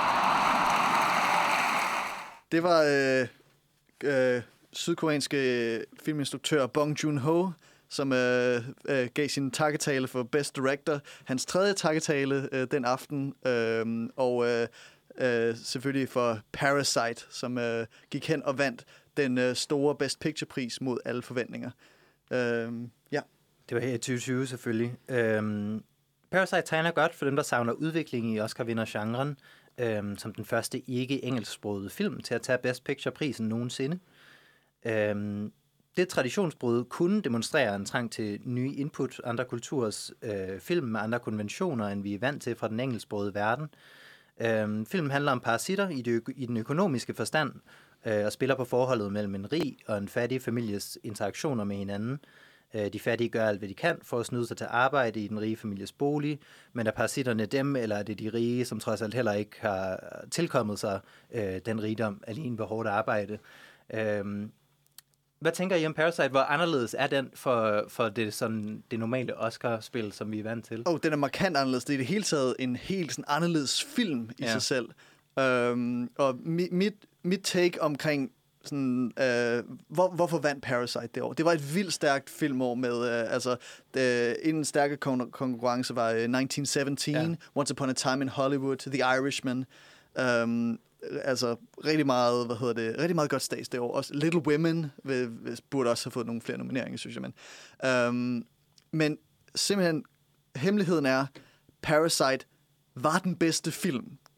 Det var øh, øh, sydkoreanske filminstruktør Bong Joon-ho, som øh, øh, gav sin takketale for Best Director. Hans tredje takketale øh, den aften. Øh, og øh, øh, selvfølgelig for Parasite, som øh, gik hen og vandt den øh, store Best Picture-pris mod alle forventninger. Øh, ja. Det var her i tyve tyve selvfølgelig. Øhm, Parasite tegner godt for dem, der savner udvikling i Oscar-vinder-genren, øhm, som den første ikke-engelsksprogede film til at tage Best Picture-prisen nogensinde. Øhm, det traditionsbrud kunne demonstrere en trang til nye input, andre kulturers øh, film med andre konventioner, end vi er vant til fra den engelsksprogede verden. Øhm, filmen handler om parasitter i, det, i den økonomiske forstand, øh, og spiller på forholdet mellem en rig og en fattig families interaktioner med hinanden. De fattige gør alt, hvad de kan for at snyde sig til arbejde i den rige families bolig, men er parasitterne dem, eller er det de rige, som trods alt heller ikke har tilkommet sig øh, den rigdom alene ved hårdt arbejde? Øh, hvad tænker I om Parasite? Hvor anderledes er den for, for det, sådan, det normale Oscar-spil, som vi er vant til? Oh, den er markant anderledes. Det er i det hele taget en helt sådan, anderledes film i ja. sig selv. Um, og mit, mit, mit take omkring sådan, øh, hvor, hvorfor vandt Parasite det år? Det var et vildt stærkt filmår med, øh, altså, det, en stærke kon- konkurrence var uh, nitten sytten, ja. Once Upon a Time in Hollywood, The Irishman, um, altså rigtig meget, hvad hedder det, rigtig meget godt stads det år. Også Little Women vil, vil, burde også have fået nogle flere nomineringer, synes jeg, men. Um, men simpelthen, hemmeligheden er, Parasite var den bedste film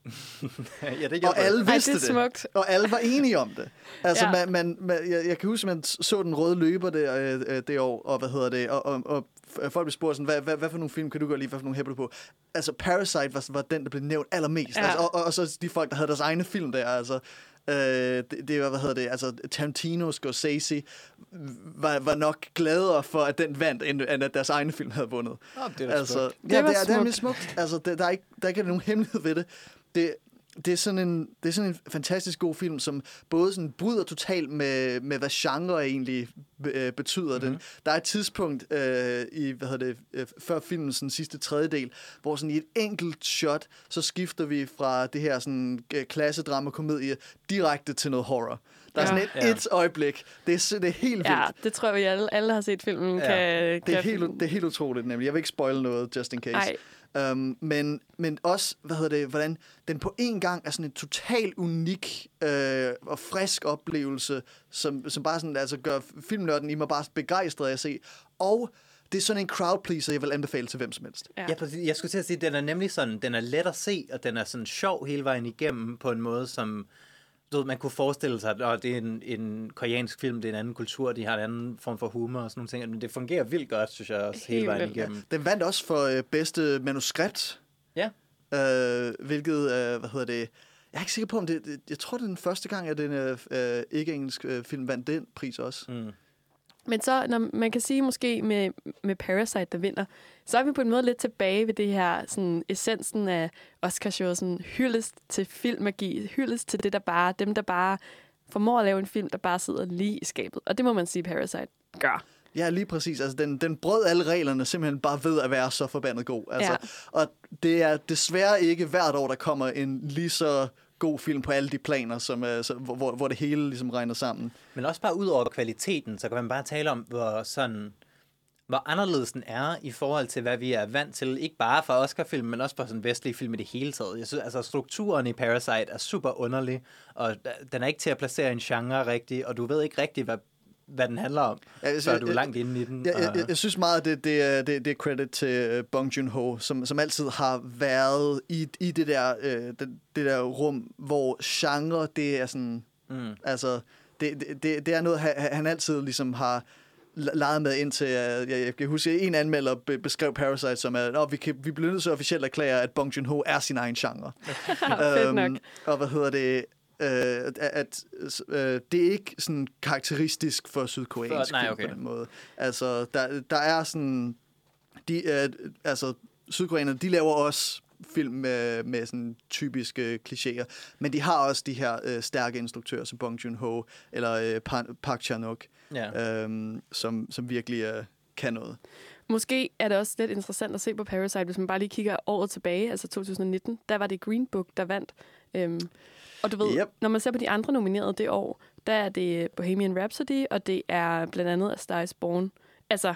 ja, det og alle vidste Ej, det. det, og alle var enige om det. Altså, ja. man, man, man, jeg, jeg kan huske, man så den røde løber det, øh, det år, og hvad hedder det, og, og, og folk blev spurgt sådan, hvad, hvad, hvad for nogle film kan du godt lide, hvad for nogle hæpper du på? Altså, Parasite var, var den, der blev nævnt allermest. Ja. Altså, og, og, og så de folk, der havde deres egne film der, altså... Øh, det, det var, hvad hedder det, altså Tarantino, Scorsese var, var nok gladere for, at den vandt, end, end at deres egne film havde vundet. Oh, det er altså, det ja, var det er, smukt. det er smukt. Altså, det, der, er ikke, der er ikke nogen hemmelighed ved det. Det, det, er sådan en, det er sådan en fantastisk god film, som både sådan bryder totalt med, med hvad genre egentlig be, betyder. Mm-hmm. Den. Der er et tidspunkt øh, i, hvad hedder det, øh, før filmens sådan, sidste tredjedel, hvor sådan i et enkelt shot, så skifter vi fra det her sådan klassedrama-komedie direkte til noget horror. Der er ja. sådan et, ja. et øjeblik. Det er, det er helt vildt. Ja, det tror jeg, alle, alle har set filmen. Ja. Kan, det, er kan... helt, det er helt utroligt, nemlig. Jeg vil ikke spoile noget, just in case. Um, men, men også, hvad hedder det, hvordan den på en gang er sådan en total unik øh, og frisk oplevelse, som, som bare sådan, altså gør filmnørden i mig bare begejstret af at se. Og det er sådan en crowd pleaser, jeg vil anbefale til hvem som helst. Ja, præcis. Jeg skulle til at sige, at den er nemlig sådan, den er let at se, og den er sådan sjov hele vejen igennem på en måde, som du ved, man kunne forestille sig, at det er en, en koreansk film, det er en anden kultur, de har en anden form for humor og sådan nogle ting, men det fungerer vildt godt, synes jeg også, hele vejen igennem. Ja. Den vandt også for øh, bedste manuskript. Ja. Øh, hvilket, øh, hvad hedder det, jeg er ikke sikker på, om det, det jeg tror, det er den første gang, at den øh, ikke-engelsk øh, film vandt den pris også. Mm. Men så, når man kan sige måske med, med Parasite, der vinder, så er vi på en måde lidt tilbage ved det her, sådan essensen af Oscarshowet, sådan hyldest til filmmagi, hyldest til det, der bare, dem, der bare formår at lave en film, der bare sidder lige i skabet. Og det må man sige, Parasite gør. Ja, lige præcis. Altså, den, den brød alle reglerne simpelthen bare ved at være så forbandet god. Altså, ja. Og det er desværre ikke hvert år, der kommer en lige så god film på alle de planer, som, uh, så, hvor, hvor det hele ligesom regner sammen. Men også bare ud over kvaliteten, så kan man bare tale om, hvor sådan hvor anderledes den er i forhold til, hvad vi er vant til, ikke bare for Oscar-film, men også for sådan vestlige film i det hele taget. Jeg synes, altså strukturen i Parasite er super underlig, og den er ikke til at placere en genre rigtigt, og du ved ikke rigtigt, hvad hvad den handler om, ja, jeg, så er du jeg, langt inde i den. Jeg, jeg, jeg, jeg synes meget, at det, det, er, det, det er credit til Bong Joon-ho, som, som altid har været i, i det, der, øh, det, det der rum, hvor genre, det er sådan... Mm. Altså, det, det, det er noget, han, han altid ligesom har leget med indtil... Jeg, jeg kan huske, at en anmelder be, beskrev Parasite som, at vi, kan, vi bliver nødt til at officielt erklære, at Bong Joon-ho er sin egen genre. Fedt nok. Um, og hvad hedder det... Uh, at, at uh, det er ikke sådan karakteristisk for sydkoreansk film okay. på den måde. Altså, der, der er sådan... De, uh, altså, sydkoreanerne, de laver også film med, med sådan typiske klichéer, men de har også de her uh, stærke instruktører, som Bong Joon-ho eller uh, Park Chan-wook, yeah. um, som, som virkelig uh, kan noget. Måske er det også lidt interessant at se på Parasite, hvis man bare lige kigger året tilbage, altså to tusind nitten. Der var det Green Book, der vandt. Um, Og du ved, yep. når man ser på de andre nominerede det år, der er det Bohemian Rhapsody, og det er blandt andet A Star is Born. Altså...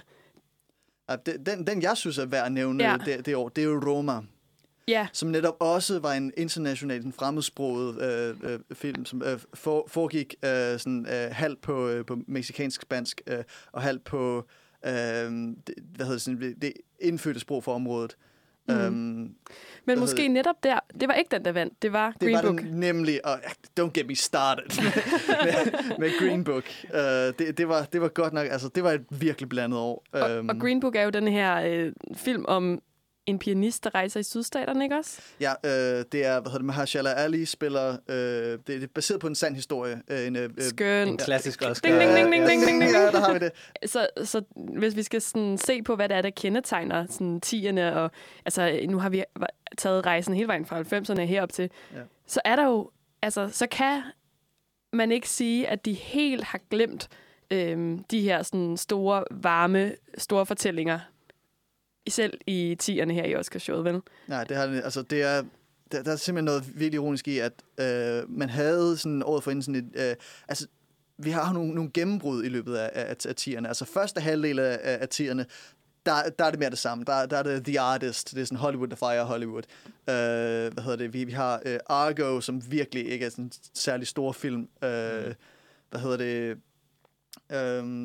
Den, den jeg synes er værd at nævne ja. det, det år, det er jo Roma. Ja. Som netop også var en international, en fremmedsproget øh, øh, film, som øh, for, foregik øh, sådan, øh, halvt på, øh, på mexikansk-spansk, øh, og halvt på øh, det, hvad hedder det, sådan, det indfødte sprog for området. Mm. Øhm, Men måske netop der, det var ikke den, der vandt, det var Green det var Book. Den, nemlig, og don't get me started med, med Green Book. Uh, det, det, var, det var godt nok, altså det var et virkelig blandet år. Og, um, og Green Book er jo den her øh, film om en pianist, der rejser i sydstaterne, ikke også? Ja, øh, det er, hvad hedder det, Mahershala Ali spiller, øh, det er baseret på en sand historie. Øh, en, øh, Skøn. En klassisk Oscar. Ding, ding, ding, ding, ding, ding, ding. Ja, der har vi det. Så, så hvis vi skal sådan se på, hvad det er, der kendetegner sådan tierne, og altså nu har vi taget rejsen hele vejen fra halvfemserne herop til, ja. så er der jo, altså så kan man ikke sige, at de helt har glemt øhm, de her sådan store, varme, store fortællinger, selv i tierne her i Oscarshowet, vel? Nej, det har altså det er der, der er simpelthen noget virkelig ironisk i, at øh, man havde sådan året forinden sådan et, øh, altså vi har nogle, nogle gennembrud i løbet af, af, af tierne. Altså første halvdel af, af tierne, der, der er det mere det samme. Der, der er det The Artist, det er sådan Hollywood, der fejrer Hollywood. Øh, hvad hedder det? Vi, vi har øh, Argo, som virkelig ikke er sådan en særlig stor film. Øh, mm. Hvad hedder det? Øh,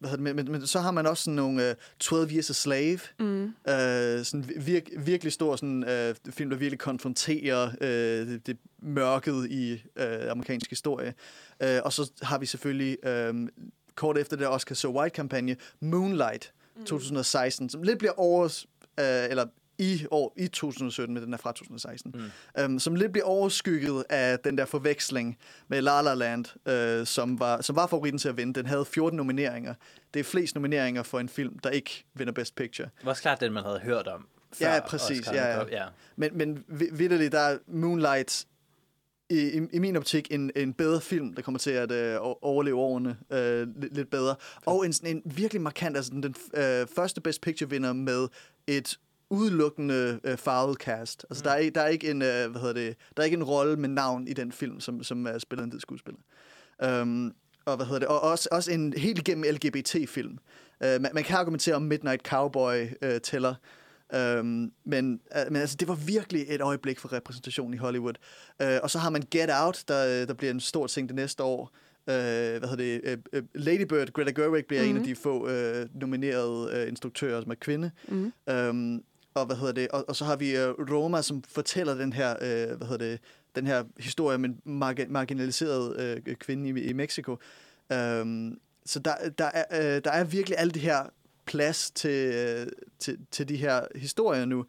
hvad hedder det, men, men, men så har man også sådan nogle uh, twelve Years a Slave, mm. uh, sådan virk, virkelig stor sådan, uh, film, der virkelig konfronterer uh, det, det mørket i uh, amerikansk historie. Uh, og så har vi selvfølgelig, um, kort efter det Oscar So White-kampagne, Moonlight mm. to tusind og seksten, som lidt bliver over, uh, eller i år i to tusind og sytten, med den er fra to tusind og seksten, mm. um, som lidt bliver overskygget af den der forveksling med La La Land, uh, som, var, som var favoritten til at vinde. Den havde fjorten nomineringer. Det er flest nomineringer for en film, der ikke vinder Best Picture. Det var også klart den, man havde hørt om. Før ja, præcis. Oscar, ja, ja. ja. Men, men vitterligt, der er Moonlight i, i, i min optik en, en bedre film, der kommer til at øh, overleve årene øh, lidt, lidt bedre. Og en, en virkelig markant, altså den, den øh, første Best Picture-vinder med et udelukkende øh, farvet cast. Altså, mm. der, er, der er ikke en, øh, hvad hedder det, der er ikke en rolle med navn i den film, som, som er spillet en hvid skuespiller. Um, og hvad hedder det, og også, også en helt igennem L G B T-film. Uh, man, man kan argumentere om Midnight Cowboy uh, tæller, um, men, uh, men altså, det var virkelig et øjeblik for repræsentation i Hollywood. Uh, og så har man Get Out, der, der bliver en stor ting det næste år. Uh, hvad hedder det, uh, uh, Lady Bird, Greta Gerwig bliver mm-hmm. en af de få uh, nominerede uh, instruktører, som er kvinde. Mm-hmm. Um, Og hvad hedder det? Og, og så har vi uh, Roma, som fortæller den her, uh, hvad hedder det, den her historie om en marg- marginaliseret uh, kvinde i, i Mexico. Um, så der, der, er, uh, der er virkelig alt det her plads til, uh, til, til de her historier nu.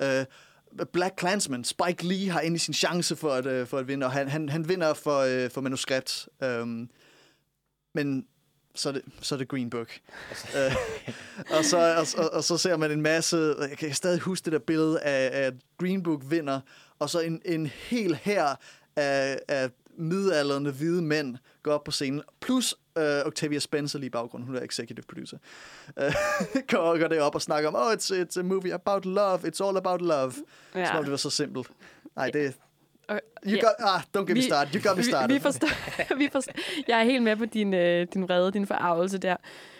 Uh, Black Klansman, Spike Lee har endelig sin chance for at, uh, for at vinde, og han, han, han vinder for, uh, for manuskript. Um, men så er det, så er det Green Book. uh, og, så, og, og, og så ser man en masse, jeg kan stadig huske det der billede af, at Green Book vinder, og så en, en hel hær af, af midaldrende hvide mænd går op på scenen, plus uh, Octavia Spencer lige i baggrunden, hun er executive producer, uh, går, går det op og snakker om, oh, it's, it's a movie about love, it's all about love. Ja. Som om det var så simpelt. Nej, det You got, ah, don't get me started. You got me started. Vi, vi forstår, vi forstår. Jeg er helt med på din, øh, din vrede, din forarvelse der.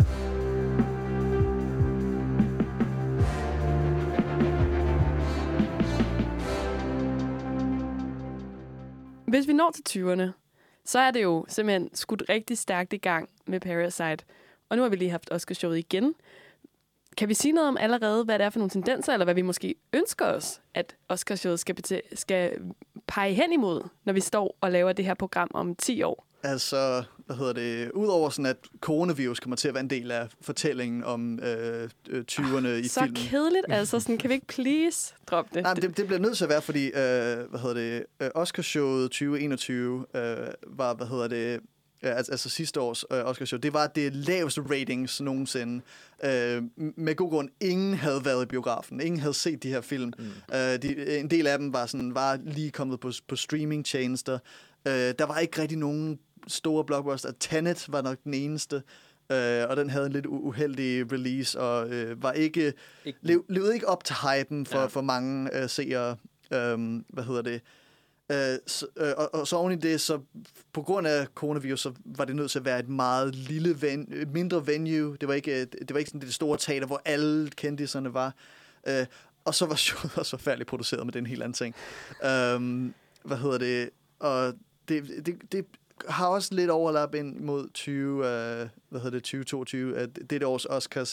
Hvis vi når til tyverne, så er det jo simpelthen skudt rigtig stærkt i gang med Parasite. Og nu har vi lige haft Oscarshowet igen. Kan vi sige noget om allerede, hvad det er for nogle tendenser, eller hvad vi måske ønsker os, at Oscarshowet skal, bete- skal pege hen imod, når vi står og laver det her program om ti år? Altså, hvad hedder det? Udover sådan, at coronavirus kommer til at være en del af fortællingen om øh, tyverne i så filmen. Så kedeligt, altså. Sådan, kan vi ikke please droppe det? Nej, men det, det bliver nødt til at være, fordi øh, hvad hedder det? Øh, Oscarshowet tyve enogtyve øh, var, hvad hedder det? Ja, altså, altså sidste års øh, Oscarshow, det var det laveste ratings nogensinde. Øh, med god grund, ingen havde været i biografen. Ingen havde set de her film. Mm. Øh, de, en del af dem var, sådan, var lige kommet på, på streaming-tjenester. Øh, der var ikke rigtig nogen store blockbuster. Tenet var nok den eneste, øh, og den havde en lidt uheldig release, og øh, var ikke, ikke. Lev, levede ikke op til hypen for, ja. for mange øh, seere. Øh, hvad hedder det? Uh, så, uh, og, og så oven i det, så på grund af coronavirus, så var det nødt til at være et meget lille, ven, et mindre venue. Det var ikke, det var ikke sådan det store teater, hvor alle kendiserne var. Uh, og så var showet også forfærdeligt produceret, med den helt anden ting. Um, hvad hedder det? Og det, det, det har også lidt overlap ind mod tyve, uh, hvad hedder det, tyve toogtyve, uh, dette års Oscars.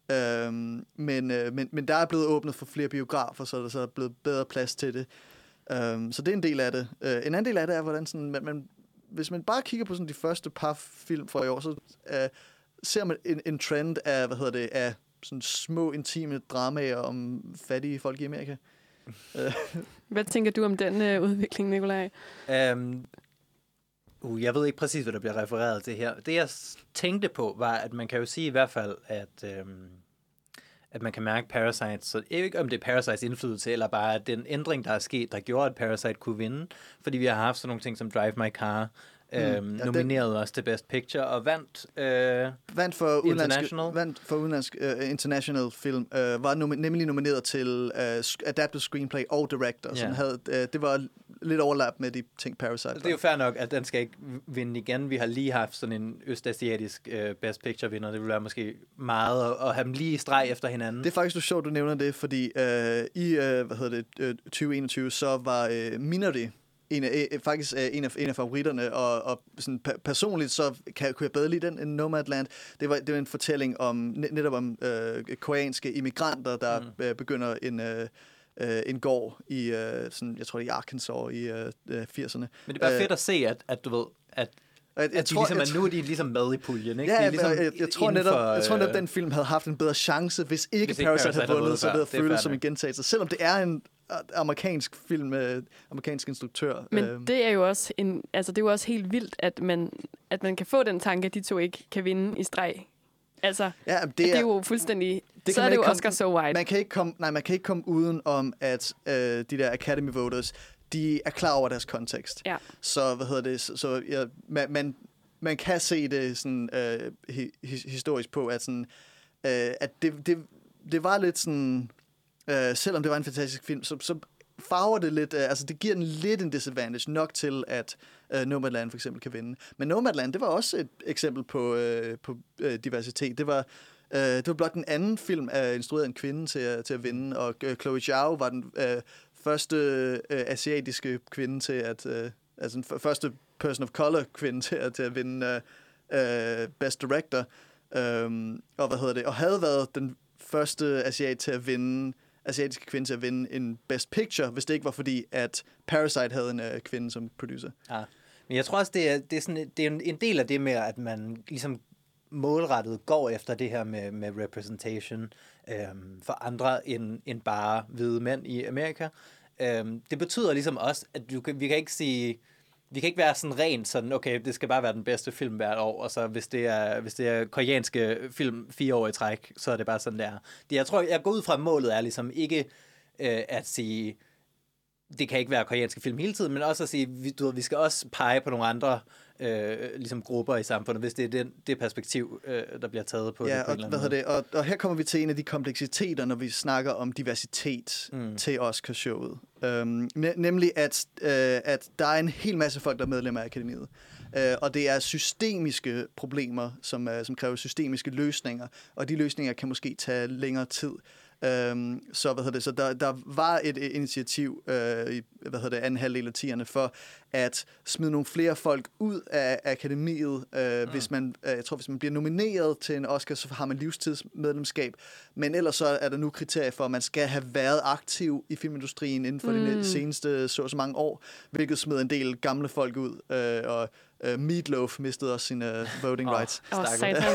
Um, men, uh, men, men der er blevet åbnet for flere biografer, så der så er blevet bedre plads til det. Um, så det er en del af det. Uh, en anden del af det er, hvordan sådan, man, man, hvis man bare kigger på sådan de første par film fra i år, så uh, ser man en, en trend af, hvad hedder det, af sådan små, intime dramaer om fattige folk i Amerika. uh. Hvad tænker du om den uh, udvikling, Nikolaj? Um, uh, jeg ved ikke præcis, hvad der bliver refereret til her. Det, jeg tænkte på, var, at man kan jo sige i hvert fald, at... Um at man kan mærke Parasite, så ikke om det er Parasites indflydelse, eller bare den ændring, der er sket, der gjorde, at Parasite kunne vinde, fordi vi har haft sådan nogle ting som Drive My Car, mm. øhm, ja, nomineret den, også til Best Picture, og vandt, øh, vandt for International, vandt for udenlandsk uh, international film, uh, var nomi- nemlig nomineret til uh, Adapted Screenplay og Director, yeah. som havde, uh, det var lidt overlap med de ting Parasite. Det er jo fair nok, at den skal ikke vinde igen. Vi har lige haft sådan en østasiatisk uh, Best Picture vinder. Det ville være måske meget at, at have dem lige i streg efter hinanden. Det er faktisk sjovt, du nævner det, fordi uh, i uh, hvad hedder det, uh, tyve enogtyve, så var uh, Minari en af, faktisk en af, en af favoritterne, og, og sådan personligt så kan, kunne jeg bedre lide den end Nomadland. Det var, det var en fortælling om netop om øh, koreanske immigranter, der mm. øh, begynder en... Øh, Uh, en gård i, uh, sådan, jeg tror det er i Arkansas i uh, firserne. Men det er bare uh, fedt at se, at, at du ved, at, jeg, jeg at de tror, ligesom, at nu er de ligesom med i puljen, ikke? Ja, de er ligesom jeg, jeg, jeg, tror netop, for, jeg tror netop, den film havde haft en bedre chance, hvis ikke, hvis ikke Parasite, Parasite havde vundet, så havde det føles som en gentagelse. Selvom det er en amerikansk film med amerikansk instruktør. Men uh, det er jo også en, altså det er jo også helt vildt, at man, at man kan få den tanke, at de to ikke kan vinde i streg. Altså, ja, det, det er jo fuldstændig... Det så er det jo komme, Oscar so white. Man kan ikke komme, nej, man kan ikke komme uden om, at øh, de der Academy Voters, de er klar over deres kontekst. Ja. Så, hvad hedder det, så, så ja, man, man, man kan se det sådan, øh, hi, historisk på, at, sådan, øh, at det, det, det var lidt sådan... Øh, selvom det var en fantastisk film, så, så farver det lidt... Øh, altså, det giver den lidt en disadvantage nok til, at øh, Nomadland for eksempel kan vinde. Men Nomadland, det var også et eksempel på, øh, på øh, diversitet. Det var... Uh, det var blot den anden film, uh, instrueret af en kvinde til, uh, til at vinde, og uh, Chloe Zhao var den uh, første uh, asiatiske kvinde til at, uh, altså den f- første person of color kvinde til at, til at vinde uh, uh, Best Director, um, og hvad hedder det, og havde været den første asiat til at vinde, asiatiske kvinde til at vinde en Best Picture, hvis det ikke var fordi, at Parasite havde en uh, kvinde som producer. Ja, men jeg tror også, det er, det er, sådan, det er en, en del af det med, at man ligesom målrettet går efter det her med, med representation øhm, for andre end, end bare hvide mænd i Amerika. Øhm, det betyder ligesom også, at du kan, vi kan ikke sige, vi kan ikke være sådan rent sådan, okay, det skal bare være den bedste film hvert år, og så hvis det er, hvis det er koreanske film fire år i træk, så er det bare sådan der. Det, jeg tror, jeg går ud fra, målet er ligesom ikke øh, at sige, det kan ikke være koreanske film hele tiden, men også at sige, vi, du ved, vi skal også pege på nogle andre øh, ligesom grupper i samfundet, hvis det er den, det perspektiv, øh, der bliver taget på. Ja, det på og, en eller hvad anden det, og, og her kommer vi til en af de kompleksiteter, når vi snakker om diversitet mm. til Oscarshowet. Øhm, ne- nemlig, at, øh, at der er en hel masse folk, der er medlemmer af akademiet. Øh, og det er systemiske problemer, som, øh, som kræver systemiske løsninger, og de løsninger kan måske tage længere tid. Um, så hvad hedder det, så der, der var et, et initiativ uh, i hvad hedder det, anden halvdel af tierne for at smide nogle flere folk ud af akademiet. Uh, mm. Hvis man, uh, jeg tror, hvis man bliver nomineret til en Oscar, så har man livstidsmedlemskab. Men ellers så er der nu kriterier for, at man skal have været aktiv i filmindustrien inden for mm. de seneste så så mange år, hvilket smed en del gamle folk ud. Uh, og Uh, Meatloaf mistede også sine uh, voting oh, rights. Åh, oh,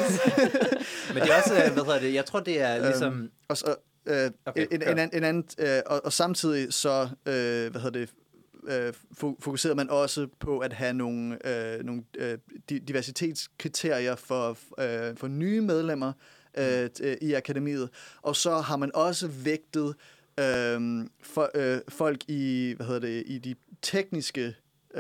Men det er også, hvad hedder det, jeg tror, det er ligesom... Um, og så, uh, okay, en, en, en, en anden, uh, og, og samtidig så, uh, hvad hedder det, uh, fokuserede man også på at have nogle, uh, nogle uh, diversitetskriterier for, uh, for nye medlemmer uh, mm. i akademiet. Og så har man også vægtet uh, for, uh, folk i, hvad hedder det, i de tekniske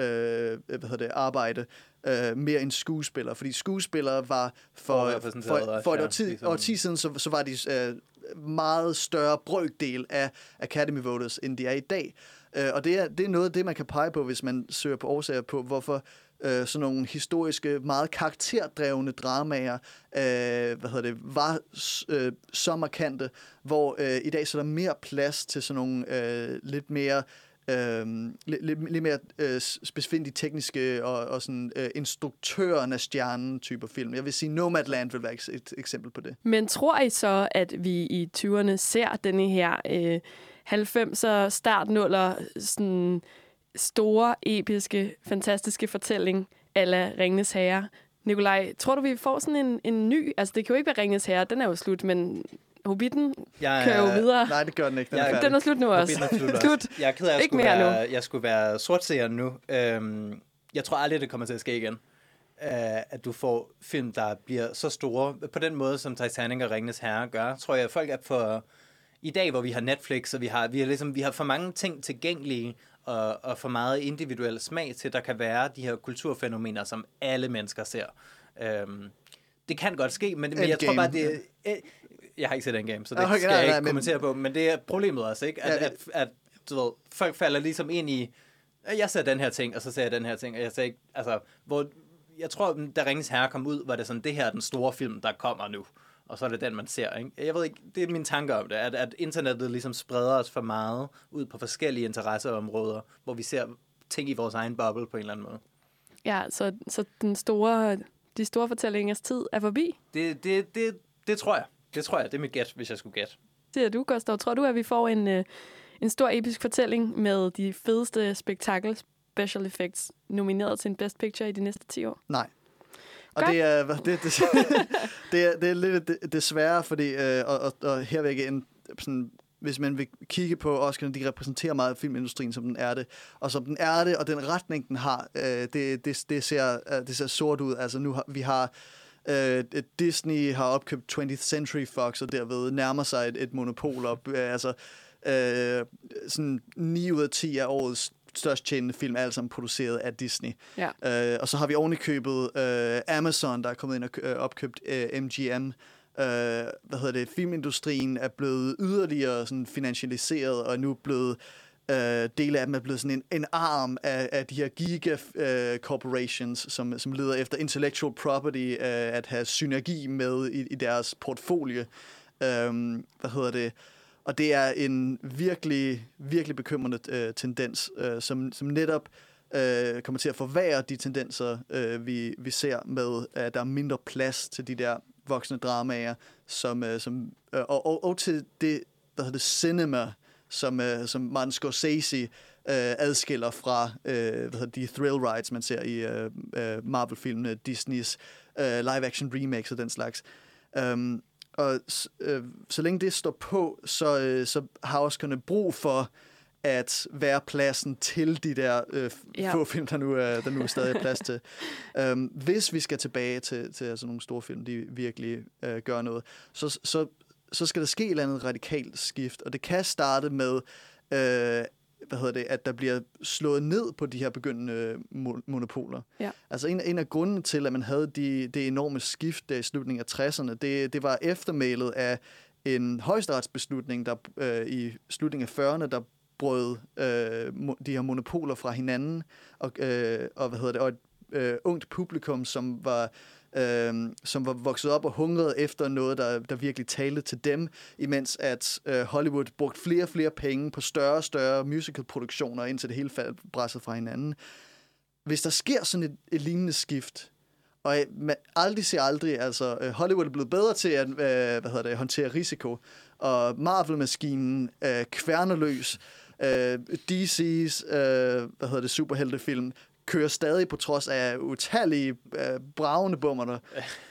Øh, hvad hedder det, arbejde øh, mere end skuespillere, fordi skuespillere var for, for, for, for et årti, ja, ligesom. årti siden, så, så var de øh, meget større brøkdel af Academy Voters, end de er i dag. Øh, og det er, det er noget af det, man kan pege på, hvis man søger på årsager på, hvorfor øh, sådan nogle historiske, meget karakterdrevne dramaer øh, hvad hedder det, var øh, så markante, hvor øh, i dag så er der mere plads til sådan nogle øh, lidt mere Øhm, lidt, lidt, lidt mere øh, specifikt tekniske og, og sådan øh, instruktøren af stjernen typer film. Jeg vil sige, Nomadland vil være et, et eksempel på det. Men tror I så, at vi i tyverne ser denne her øh, halvfemser startnuller sådan store, episke, fantastiske fortælling a la Ringenes Herre? Nikolaj, tror du, vi får sådan en, en ny? Altså, det kan jo ikke være Ringenes Herre, den er jo slut, men Hobbiten jeg, kører jo videre. Nej, det gør den ikke. Den, jeg, er, den er slut nu også. Er slut. slut. Jeg er ked af, at jeg skulle, være, jeg skulle være sortseer nu. Øhm, jeg tror aldrig, det kommer til at ske igen. Uh, at du får film, der bliver så store. På den måde, som Titanic og Ringenes Herre gør, tror jeg, at folk er for... I dag, hvor vi har Netflix, og vi har, vi har, ligesom, vi har for mange ting tilgængelige, og, og for meget individuel smag til, der kan være de her kulturfænomener, som alle mennesker ser. Um, det kan godt ske, men, men jeg tror bare, det... Uh, Jeg har ikke set Endgame, så det okay, skal nej, jeg ikke nej, kommentere men... på. Men det er problemet også, ikke? At, ja, det... at, at du ved, folk falder ligesom ind i, jeg ser den her ting, og så ser jeg den her ting, og jeg ser ikke, altså, hvor, jeg tror, da Ringens Herre kom ud, var det sådan, det her er den store film, der kommer nu. Og så er det den, man ser, ikke? Jeg ved ikke, det er mine tanker om det, at, at internettet ligesom spreder os for meget ud på forskellige interesseområder, hvor vi ser tænke i vores egen boble på en eller anden måde. Ja, så, så den store, de store fortællingers tid er forbi? Det, det, det, det tror jeg. Det tror jeg. Det er mit gæt, hvis jeg skulle gætte. Siger du, Gustav. Tror du, at vi får en, øh, en stor episk fortælling med de fedeste spektakel special effects nomineret til en Best Picture i de næste ti år? Nej. Og det er, det, det, det, er, det er lidt desværre, fordi, øh, og, og, og her vil jeg igen, sådan, hvis man vil kigge på Oscar'ne, de repræsenterer meget filmindustrien, som den er det, og som den er det, og den retning, den har, øh, det, det, det, ser, det ser sort ud. Altså nu har vi har, øh, Disney har opkøbt twentieth Century Fox, og derved nærmer sig et, et monopol op. Øh, altså, øh, sådan ni ud af ti af årets størst tjenende film, alle sammen produceret af Disney. Ja. Øh, og så har vi oven i købet øh, Amazon, der er kommet ind og øh, opkøbt øh, M G M. Øh, hvad hedder det? Filmindustrien er blevet yderligere sådan finansialiseret, og er nu blevet øh, dele af dem er blevet sådan en, en arm af, af de her giga øh, corporations, som, som leder efter intellectual property, øh, at have synergi med i, i deres portfolio. Øh, hvad hedder det? Og det er en virkelig, virkelig bekymrende øh, tendens, øh, som, som netop øh, kommer til at forværre de tendenser, øh, vi, vi ser med, at der er mindre plads til de der voksne dramaer, som, øh, som, øh, og, og, og til det, der hedder cinema, som, øh, som Martin Scorsese øh, adskiller fra øh, hvad hedder de thrill rides, man ser i øh, øh, Marvel-filmene, Disneys øh, live-action remakes og den slags. Um, Og øh, så længe det står på, så, øh, så har Oscar'ne brug for at være pladsen til de der øh, ja. få film, der nu er, der nu er stadig er plads til. Um, hvis vi skal tilbage til, til altså nogle store film, de virkelig øh, gør noget, så, så, så skal der ske et eller andet radikalt skift. Og det kan starte med, øh, hvad hedder det, at der bliver slået ned på de her begyndende mo- monopoler. Ja. Altså en, en af grundene til, at man havde de, det enorme skift der i slutningen af tresserne, det, det var eftermælet af en højesteretsbeslutning, der øh, i slutningen af fyrrerne, der brød øh, mo- de her monopoler fra hinanden, og, øh, og, hvad hedder det, og et øh, ungt publikum, som var Øh, som var vokset op og hungrede efter noget, der, der virkelig talte til dem, imens at øh, Hollywood brugte flere og flere penge på større og større musicalproduktioner, indtil det hele faldt bræsset fra hinanden. Hvis der sker sådan et, et lignende skift, og man aldrig siger aldrig, altså øh, Hollywood er blevet bedre til at øh, hvad hedder det, håndtere risiko, og Marvel-maskinen øh, kværner løs, øh, D C's øh, hvad hedder det, superheltefilm kører stadig på trods af utallige øh, bravende bummerne.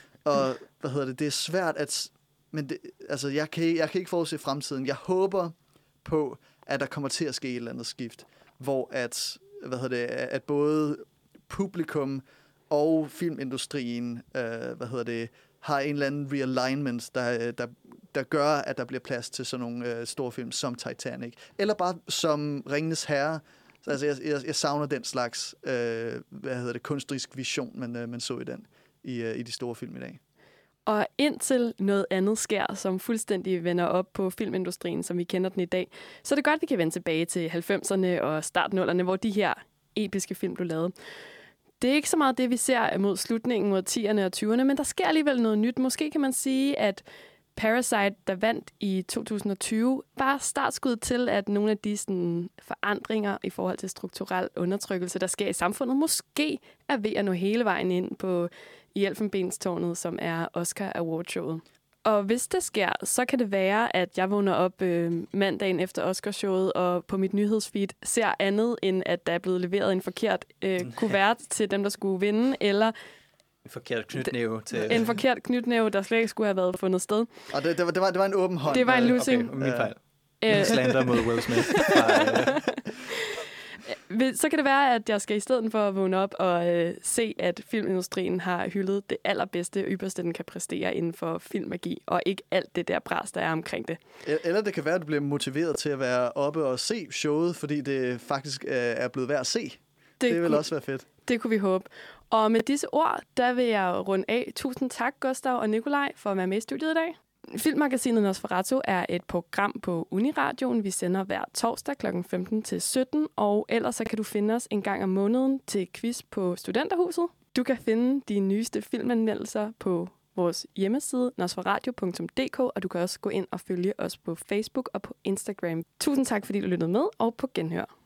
Og hvad hedder det, det er svært at, men det, altså jeg kan, jeg kan ikke forudse fremtiden. Jeg håber på, at der kommer til at ske et eller andet skift, hvor at, hvad hedder det, at både publikum og filmindustrien, øh, hvad hedder det, har en eller anden realignment, der, der, der gør, at der bliver plads til sådan nogle øh, store film som Titanic, eller bare som Ringenes Herre. Så altså, jeg, jeg, jeg savner den slags øh, hvad hedder det, kunstnerisk vision, man, øh, man så i den i, øh, i de store film i dag. Og indtil noget andet sker, som fuldstændig vender op på filmindustrien, som vi kender den i dag, så er det godt, at vi kan vende tilbage til halvfemserne og startnullerne, hvor de her episke film blev lavet. Det er ikke så meget det, vi ser mod slutningen mod tierne og tyverne, men der sker alligevel noget nyt. Måske kan man sige, at Parasite, der vandt i to tusind og tyve, var startskud til, at nogle af de sådan, forandringer i forhold til strukturel undertrykkelse, der sker i samfundet, måske er ved at nå hele vejen ind på i Elfenbenstårnet, som er Oscar Award-showet. Og hvis det sker, så kan det være, at jeg vågner op øh, mandagen efter Oscarshowet og på mit nyhedsfeed ser andet, end at der er blevet leveret en forkert øh, kuvert til dem, der skulle vinde, eller En forkert knytnæve til... En forkert knytnæve, der slet ikke skulle have været fundet sted. Og det, det, var, det, var, det var en åben hånd. Det var en lussing. Okay, min fejl. Øh. Min slander mod Will Smith. Så kan det være, at jeg skal i stedet for at vågne op og øh, se, at filmindustrien har hyldet det allerbedste ypperste, den kan præstere inden for filmmagi, og ikke alt det der bras, der er omkring det. Eller det kan være, at du bliver motiveret til at være oppe og se showet, fordi det faktisk øh, er blevet værd at se. Det, det vil kunne, også være fedt. Det kunne vi håbe. Og med disse ord, der vil jeg runde af. Tusind tak, Gustav og Nikolaj, for at være med i studiet i dag. Filmmagasinet Nosferatu er et program på Uniradioen. Vi sender hver torsdag klokken femten til sytten, og ellers så kan du finde os en gang om måneden til quiz på Studenterhuset. Du kan finde de nyeste filmanmeldelser på vores hjemmeside nosferadio punktum d k, og du kan også gå ind og følge os på Facebook og på Instagram. Tusind tak, fordi du lyttede med, og på genhør.